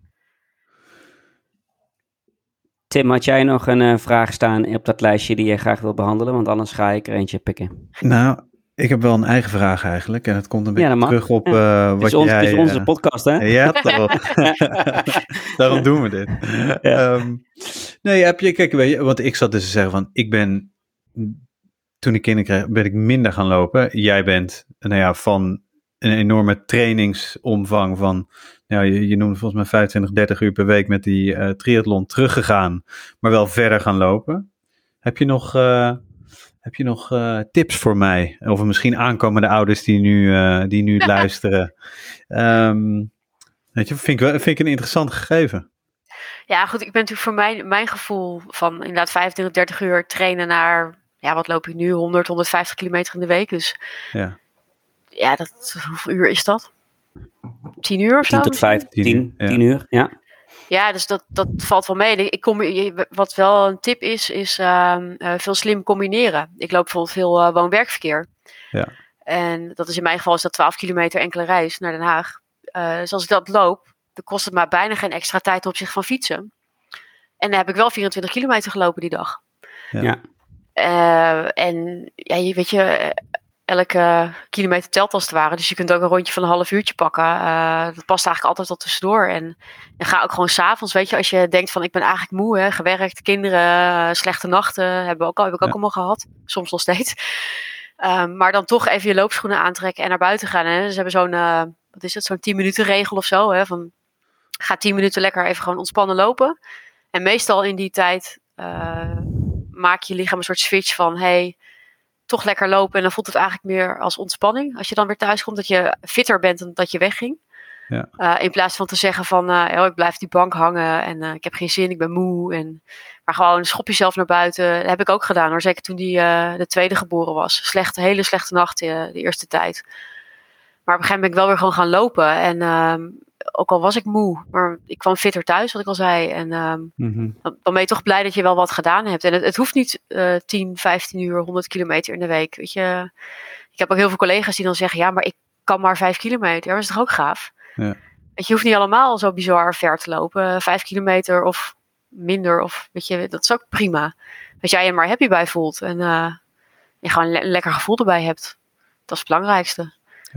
Tim, had jij nog een vraag staan op dat lijstje die je graag wil behandelen? Want anders ga ik er eentje pikken. Nou, ik heb wel een eigen vraag eigenlijk. En het komt een beetje terug op wat jij... Het is onze podcast, hè? Ja, toch. Daarom doen we dit. Ja. Kijk, weet je, want ik zat dus te zeggen van, toen ik kinderen kreeg, ben ik minder gaan lopen. Jij bent, van een enorme trainingsomvang van, je noemde volgens mij 25, 30 uur per week met die triathlon teruggegaan, maar wel verder gaan lopen. Heb je nog tips voor mij? Of misschien aankomende ouders die nu luisteren. Weet je, vind ik een interessant gegeven. Ja, goed. Ik ben natuurlijk voor mijn gevoel van inderdaad 25, 30 uur trainen naar, wat loop ik nu? 100, 150 kilometer in de week. Dus hoeveel uur is dat? 10 uur of zo? 10 tot 15, 10 uur, ja. Ja, dus dat valt wel mee. Wat wel een tip is veel slim combineren. Ik loop bijvoorbeeld veel woon-werkverkeer. Ja. En dat is in mijn geval 12 kilometer enkele reis naar Den Haag. Dus als ik dat loop, dan kost het maar bijna geen extra tijd ten opzichte van fietsen. En dan heb ik wel 24 kilometer gelopen die dag. Ja. Weet je, elke kilometer telt als het ware. Dus je kunt ook een rondje van een half uurtje pakken. Dat past eigenlijk altijd al tussendoor. En ga ook gewoon 's avonds, weet je, als je denkt van ik ben eigenlijk moe, gewerkt, kinderen, slechte nachten, heb ik ook allemaal gehad. Soms nog steeds. Maar dan toch even je loopschoenen aantrekken en naar buiten gaan. Hè. Ze hebben zo'n 10 minuten regel of zo. Hè, van ga 10 minuten lekker even gewoon ontspannen lopen. En meestal in die tijd maak je lichaam een soort switch van toch lekker lopen. En dan voelt het eigenlijk meer als ontspanning. Als je dan weer thuis komt, dat je fitter bent dan dat je wegging. Ja. In plaats van te zeggen van, ik blijf op die bank hangen en ik heb geen zin, ik ben moe. Maar gewoon schop jezelf naar buiten. Dat heb ik ook gedaan hoor. Zeker toen de tweede geboren was. Hele slechte nacht de eerste tijd. Maar op een gegeven moment ben ik wel weer gewoon gaan lopen. En ook al was ik moe, maar ik kwam fitter thuis, wat ik al zei. En dan ben je toch blij dat je wel wat gedaan hebt. En het hoeft niet 10, 15 uur, 100 kilometer in de week. Weet je, ik heb ook heel veel collega's die dan zeggen, ja, maar ik kan maar 5 kilometer. Ja, dat is toch ook gaaf? Ja. Weet je hoeft niet allemaal zo bizar ver te lopen. 5 kilometer of minder, of weet je, dat is ook prima. Als jij je maar happy bij voelt en je gewoon een lekker gevoel erbij hebt. Dat is het belangrijkste.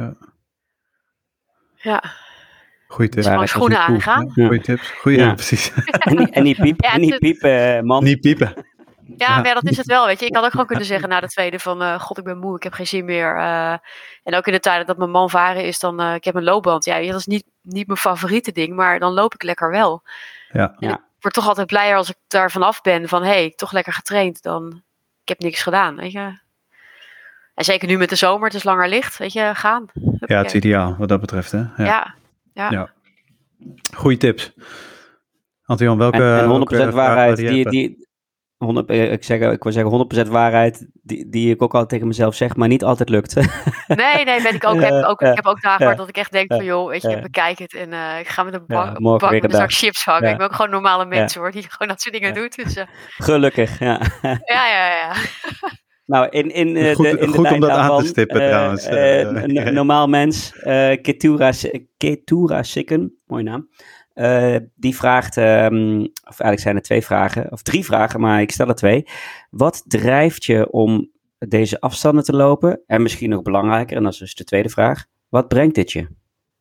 Ja. Goeie tips. Gewoon schoenen aangaan. Ja. Goeie tips. Ja, precies. En niet piepen, man. Niet piepen. Ja, maar dat is het wel, weet je. Ik had ook gewoon kunnen zeggen na de tweede van, god, ik ben moe, ik heb geen zin meer. En ook in de tijden dat mijn man varen is, dan, ik heb een loopband. Ja, dat is niet mijn favoriete ding, maar dan loop ik lekker wel. Ja. Ik word toch altijd blijer als ik daar vanaf ben van, toch lekker getraind, dan, ik heb niks gedaan, weet je. En zeker nu met de zomer, het is langer licht, weet je, gaan. Ja, het is ideaal wat dat betreft, hè. Ja. Goeie tips. Antion, welke... En 100% waarheid, ik wil zeggen 100% waarheid, die ik ook altijd tegen mezelf zeg, maar niet altijd lukt. Nee, ben ik ook. Ik heb ook dagen waar dat ik echt denk van, joh, weet je, bekijk het en ik ga met een bak met een zak chips vangen. Ik ben ook gewoon normale mensen hoor, die gewoon dat soort dingen doet. Dus, gelukkig, ja. Ja. Nou, in goed om dat aan te stippen trouwens. Normaal mens, Ketura Sikken, mooie naam. Die vraagt, of eigenlijk zijn er 2 vragen, of 3 vragen, maar ik stel er 2. Wat drijft je om deze afstanden te lopen? En misschien nog belangrijker, en dat is dus de tweede vraag, wat brengt dit je?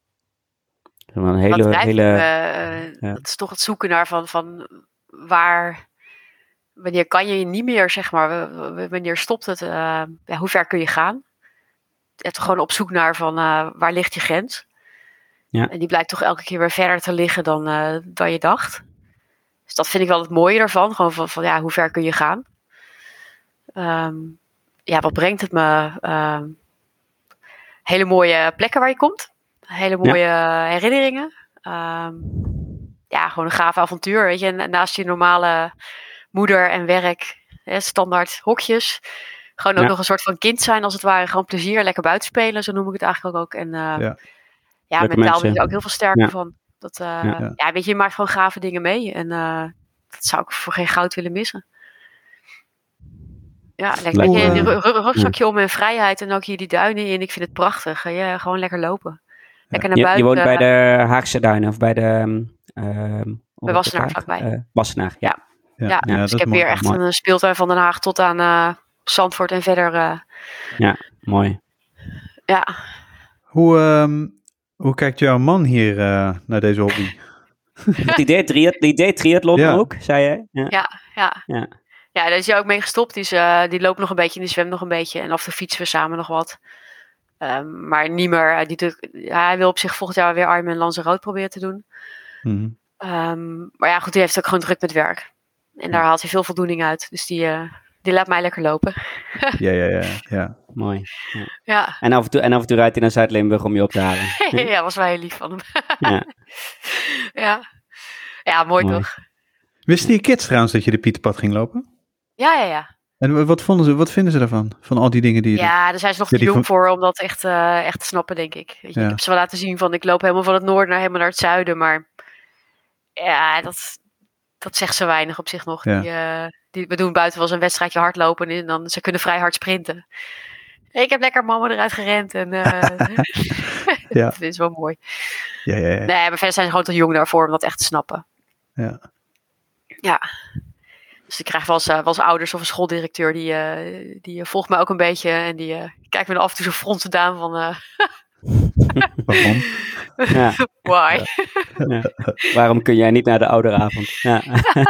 Dat is toch het zoeken naar van waar, wanneer kan je niet meer, zeg maar, wanneer stopt het, hoe ver kun je gaan? Het gewoon op zoek naar van waar ligt je grens? Ja. En die blijkt toch elke keer weer verder te liggen dan je dacht. Dus dat vind ik wel het mooie ervan. Gewoon van hoe ver kun je gaan? Wat brengt het me? Hele plekken waar je komt. Hele mooie herinneringen. Gewoon een gaaf avontuur. Weet je? En naast je normale moeder en werk, standaard hokjes. Gewoon ook nog een soort van kind zijn als het ware. Gewoon plezier, lekker buiten spelen. Zo noem ik het eigenlijk ook. En mentaal ben je er ook heel veel sterker van. Dat, weet je maakt gewoon gave dingen mee. En dat zou ik voor geen goud willen missen. Ja, lekker. Een rugzakje om en vrijheid. En ook hier die duinen in. Ik vind het prachtig. Gewoon lekker lopen. Lekker naar buiten. Je woont bij de Haagse Duinen of bij de... bij Wassenaar vlakbij. Wassenaar, ja. Dus ik heb weer echt een speeltuin van Den Haag tot aan Zandvoort en verder. Ja, mooi. Ja. Hoe kijkt jouw man hier naar deze hobby? Die deed triathlon ook, zei jij? Ja, daar is hij ook mee gestopt. Die loopt nog een beetje en die zwemt nog een beetje. En af en toe fietsen we samen nog wat. Maar niet meer. Hij wil op zich volgend jaar weer Ironman Lanzarote proberen te doen. Mm-hmm. Maar ja, goed, die heeft ook gewoon druk met werk. En daar haalt hij veel voldoening uit. Dus die laat mij lekker lopen. Ja. Mooi. Ja. En af en toe rijdt hij naar Zuid-Limburg om je op te halen. Ja, was wel heel lief van hem. Ja, mooi toch? Wisten je kids trouwens dat je de Pieterpad ging lopen? Ja. En wat vinden ze daarvan? Van al die dingen die je doet? Daar zijn ze nog te jong voor om dat echt te snappen, denk ik. Weet je, ik heb ze wel laten zien van ik loop helemaal van het noorden helemaal naar het zuiden. Maar ja, dat zegt ze weinig op zich nog. Ja. We doen buiten wel eens een wedstrijdje hardlopen en dan ze kunnen vrij hard sprinten. Ik heb lekker mama eruit gerend en dat is wel modie. Ja. Nee, maar verder zijn ze gewoon te jong daarvoor om dat echt te snappen. Ja. Dus ik krijg wel eens ouders of een schooldirecteur die volgt me ook een beetje en die kijkt me af en toe zo frontendaan van... Waarom? Ja. Why? Ja. Waarom kun jij niet naar de ouderavond? Ja.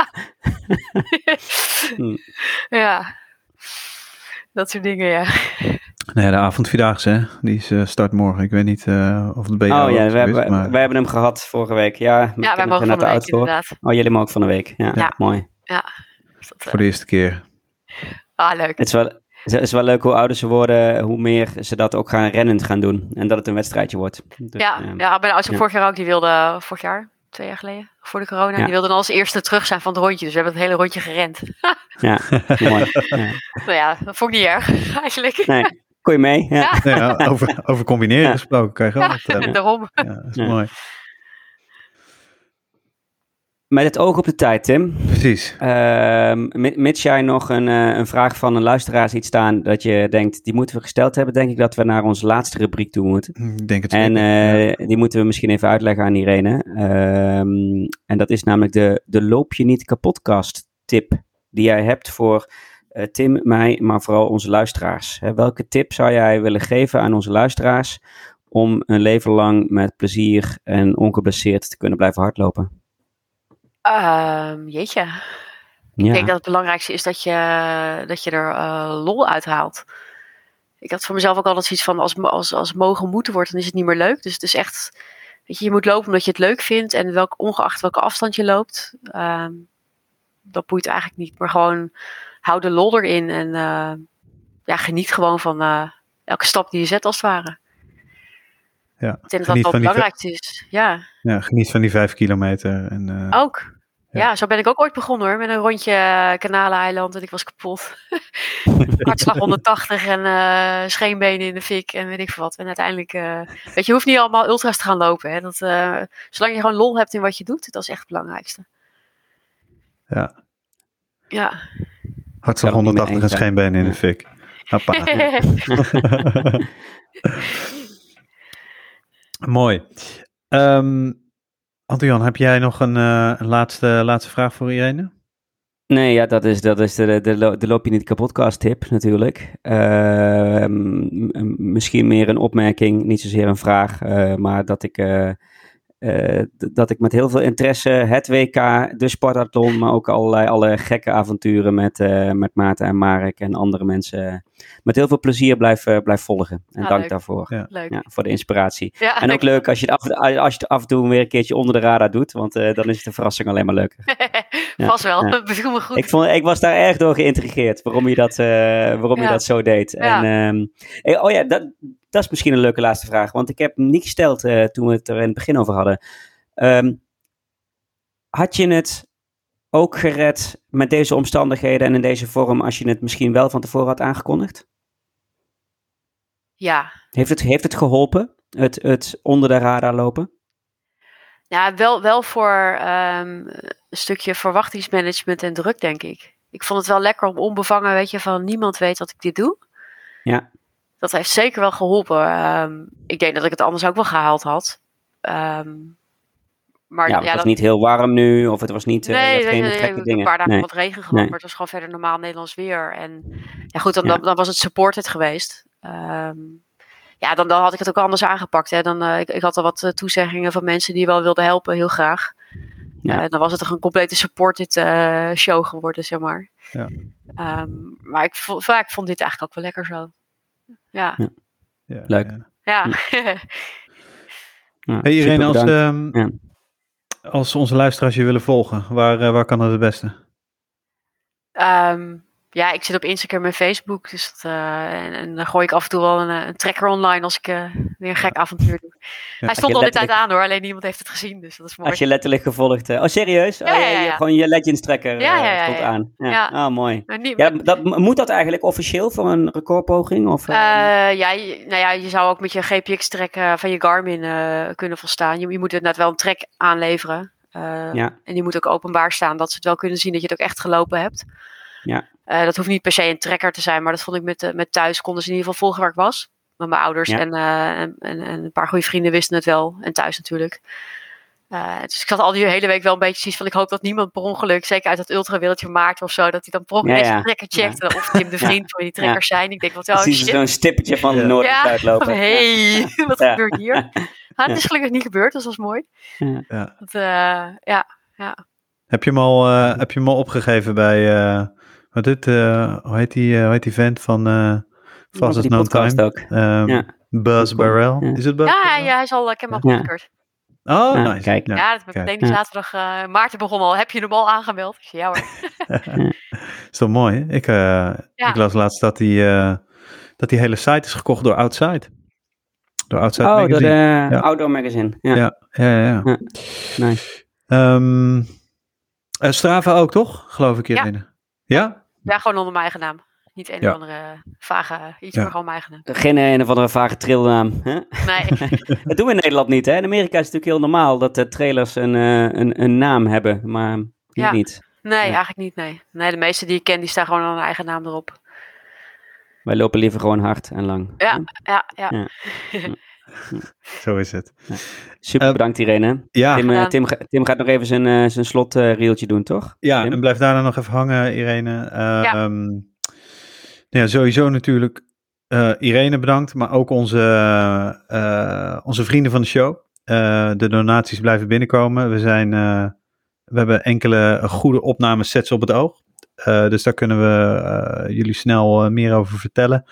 Ja. Dat soort dingen, ja. Nee, de avondvierdaagse, hè? Die is start morgen. Ik weet niet of het bij jou is geweest, maar... wij hebben hem gehad vorige week. Ja, wij mogen van de week inderdaad. Oh, jullie mogen van de week. Ja. Mooi. Ja. Voor de eerste keer. Leuk. Het is wel leuk hoe ouder ze worden, hoe meer ze dat ook rennend gaan doen. En dat het een wedstrijdje wordt. Dus, mijn oudste vorig jaar ook, die wilde vorig jaar, 2 jaar geleden, voor de corona, die wilde dan als eerste terug zijn van het rondje. Dus we hebben het hele rondje gerend. Ja, mooi. Nou ja, dat vond ik niet erg, eigenlijk. Nee, kon je mee? Ja. Over combineren gesproken, kan je gewoon vertellen. Daarom. Ja, dat is mooi. Met het oog op de tijd, Tim. Precies. Mits jij nog een vraag van een luisteraar ziet staan dat je denkt, die moeten we gesteld hebben, denk ik dat we naar onze laatste rubriek toe moeten. Ik denk het En die moeten we misschien even uitleggen aan Irene. En dat is namelijk de Loop je niet kapotkast tip die jij hebt voor Tim, mij, maar vooral onze luisteraars. Welke tip zou jij willen geven aan onze luisteraars om een leven lang met plezier en ongeblesseerd te kunnen blijven hardlopen? Jeetje. Ik denk dat het belangrijkste is dat je er lol uit haalt. Ik had voor mezelf ook altijd zoiets van als mogen moeten wordt, dan is het niet meer leuk. Dus het is echt, weet je moet lopen omdat je het leuk vindt en ongeacht welke afstand je loopt. Dat boeit eigenlijk niet, maar gewoon hou de lol erin en geniet gewoon van elke stap die je zet als het ware. Ja, ik denk dat dat het belangrijkste is. Ja, geniet van die 5 kilometer. En, ook. Ja, zo ben ik ook ooit begonnen hoor. Met een rondje Kanaleiland en ik was kapot. Hartslag 180 en scheenbenen in de fik en weet ik veel wat. En uiteindelijk, weet je, je hoeft niet allemaal ultra's te gaan lopen. Hè. Zolang je gewoon lol hebt in wat je doet, dat is echt het belangrijkste. Ja. Hartslag 180 en scheenbenen in de fik. Hoppa. Mooi. Anton-Jan, heb jij nog een laatste vraag voor Irene? Nee, ja, dat is de loop je niet kapotkast tip natuurlijk. Misschien meer een opmerking, niet zozeer een vraag, maar dat ik met heel veel interesse het WK, de Spartathlon, maar ook alle gekke avonturen met Maarten en Marek en andere mensen met heel veel plezier blijf volgen. En dank leuk. daarvoor. Ja. Leuk. Ja, voor de inspiratie. Ja, en ook leuk als je het af en toe weer een keertje onder de radar doet, want dan is de verrassing alleen maar leuker. Vast wel, Ja. dat beviel me goed. Ik was daar erg door geïntrigeerd waarom je dat zo deed. Ja. En, dat is misschien een leuke laatste vraag, want ik heb hem niet gesteld toen we het er in het begin over hadden. Had je het ook gered met deze omstandigheden en in deze vorm als je het misschien wel van tevoren had aangekondigd? Ja. Heeft het geholpen, het onder de radar lopen? Ja, wel voor een stukje verwachtingsmanagement en druk, denk ik. Ik vond het wel lekker om onbevangen, weet je, van niemand weet dat ik dit doe. Ja. Dat heeft zeker wel geholpen. Ik denk dat ik het anders ook wel gehaald had. Maar het was niet heel warm nu, of het was niet geen gekke dingen. Een paar dagen Nee. wat regen gehad, maar het was gewoon verder normaal Nederlands weer. En ja, goed, dan was het supported geweest. Dan had ik het ook anders aangepakt. Hè. Ik had al wat toezeggingen van mensen die wel wilden helpen, heel graag. Ja. Dan was het toch een complete supported show geworden, zeg maar. Ja. Maar ik vond dit eigenlijk ook wel lekker zo. Ja. Leuk. Ja. Hey Irene, als onze luisteraars je willen volgen, waar kan dat het beste? Ja, ik zit op Instagram en Facebook. Dus en dan gooi ik af en toe wel een tracker online als ik weer een gek avontuur doe. Ja. Hij stond al die tijd aan hoor, alleen niemand heeft het gezien. Dus dat is mooi. Als je letterlijk gevolgd... Oh, serieus? Ja. Gewoon je Legends tracker stond aan. Ja. Ah, mooi. Moet dat eigenlijk officieel voor een recordpoging? Of, je zou ook met je GPX track van je Garmin kunnen volstaan. Je moet inderdaad wel een track aanleveren. En die moet ook openbaar staan, dat ze het wel kunnen zien dat je het ook echt gelopen hebt. Ja. Dat hoeft niet per se een tracker te zijn, maar dat vond ik met thuis konden ze in ieder geval volgen waar ik was. Met mijn ouders en een paar goede vrienden wisten het wel. En thuis natuurlijk. Dus ik had al die hele week wel een beetje zoiets van, ik hoop dat niemand per ongeluk, zeker uit dat ultrawereldje maakt of zo, dat hij dan per ongeluk deze tracker checkt. En of Tim de vriend van die trackers zijn. Ik denk, wat shit. Zo'n stippetje van Noord en Zuid lopen. Hey, wat gebeurt hier? Het is gelukkig niet gebeurd, dus dat was mooi. Ja. Heb je hem al opgegeven bij... hoe heet die vent van Fast as No Time? Buzz Barrel. Is het Buzz? Ja, hij is al helemaal goedgekeurd. Oh, nice. Kijk. Ja, dat heb ik meteen zaterdag... Maarten begon al. Heb je hem al aangemeld? Ik zei, ja hoor. Is toch mooi? Ik las laatst dat die hele site is gekocht door Outside. Door Outside Magazine. Door de Outdoor Magazine. Ja. Nice. Strava ook, toch? Geloof ik hierin. Ja? Ja, gewoon onder mijn eigen naam. Niet een of andere vage iets, maar gewoon mijn eigen naam. Geen een of andere vage trailnaam. Hè? Nee. Dat doen we in Nederland niet. Hè? In Amerika is het natuurlijk heel normaal dat de trailers een naam hebben. Maar hier niet. Nee, eigenlijk niet. Nee, de meeste die ik ken, die staan gewoon aan hun eigen naam erop. Wij lopen liever gewoon hard en lang. Ja. Zo is het. Super bedankt Irene. Ja. Tim gaat nog even zijn slotreeltje doen, toch? Ja, Tim? En blijf daarna nog even hangen, Irene. Sowieso natuurlijk Irene bedankt, maar ook onze vrienden van de show. De donaties blijven binnenkomen. We hebben enkele goede opnamesets op het oog. Dus daar kunnen we jullie snel meer over vertellen.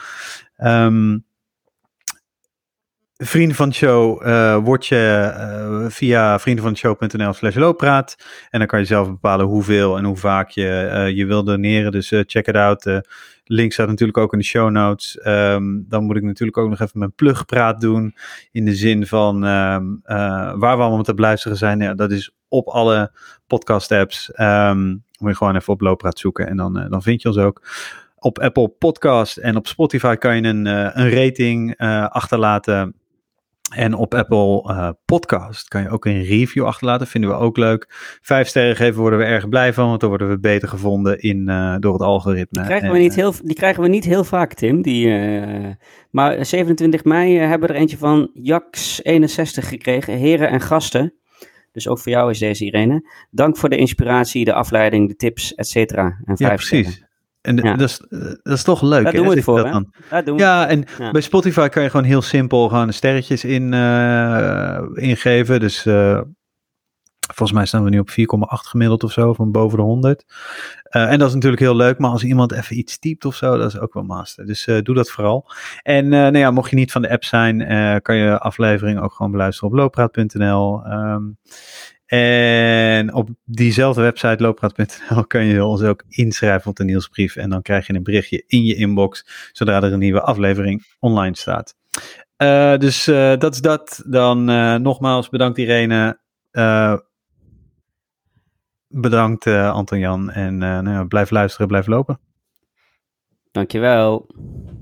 Vrienden van de show word je via vriendenvandeshow.nl/looppraat. En dan kan je zelf bepalen hoeveel en hoe vaak je wil doneren. Dus check it out. Link staat natuurlijk ook in de show notes. Dan moet ik natuurlijk ook nog even mijn plugpraat doen. In de zin van waar we allemaal te beluisteren zijn. Ja, dat is op alle podcast apps. Moet je gewoon even op Loopraad zoeken en dan vind je ons ook. Op Apple Podcast en op Spotify kan je een rating achterlaten. En op Apple Podcast kan je ook een review achterlaten. Vinden we ook leuk. 5 sterren geven worden we erg blij van. Want dan worden we beter gevonden door het algoritme. Die krijgen we niet heel vaak, Tim. Maar 27 mei hebben we er eentje van Jax61 gekregen. Heren en gasten. Dus ook voor jou is deze, Irene. Dank voor de inspiratie, de afleiding, de tips, et cetera. En 5 precies. sterren. En dat is toch leuk. Daar doen we het voor, hè? Bij Spotify kan je gewoon heel simpel gewoon de sterretjes ingeven. Dus volgens mij staan we nu op 4,8 gemiddeld of zo, van boven de 100. En dat is natuurlijk heel leuk, maar als iemand even iets typt of zo, dat is ook wel master. Dus doe dat vooral. En mocht je niet van de app zijn, kan je aflevering ook gewoon beluisteren op loopraad.nl. En op diezelfde website, loopraad.nl, kan je ons ook inschrijven op de nieuwsbrief. En dan krijg je een berichtje in je inbox, zodra er een nieuwe aflevering online staat. Dus dat is dat. Dan nogmaals bedankt Irene. Bedankt Anton-Jan. En blijf luisteren, blijf lopen. Dankjewel.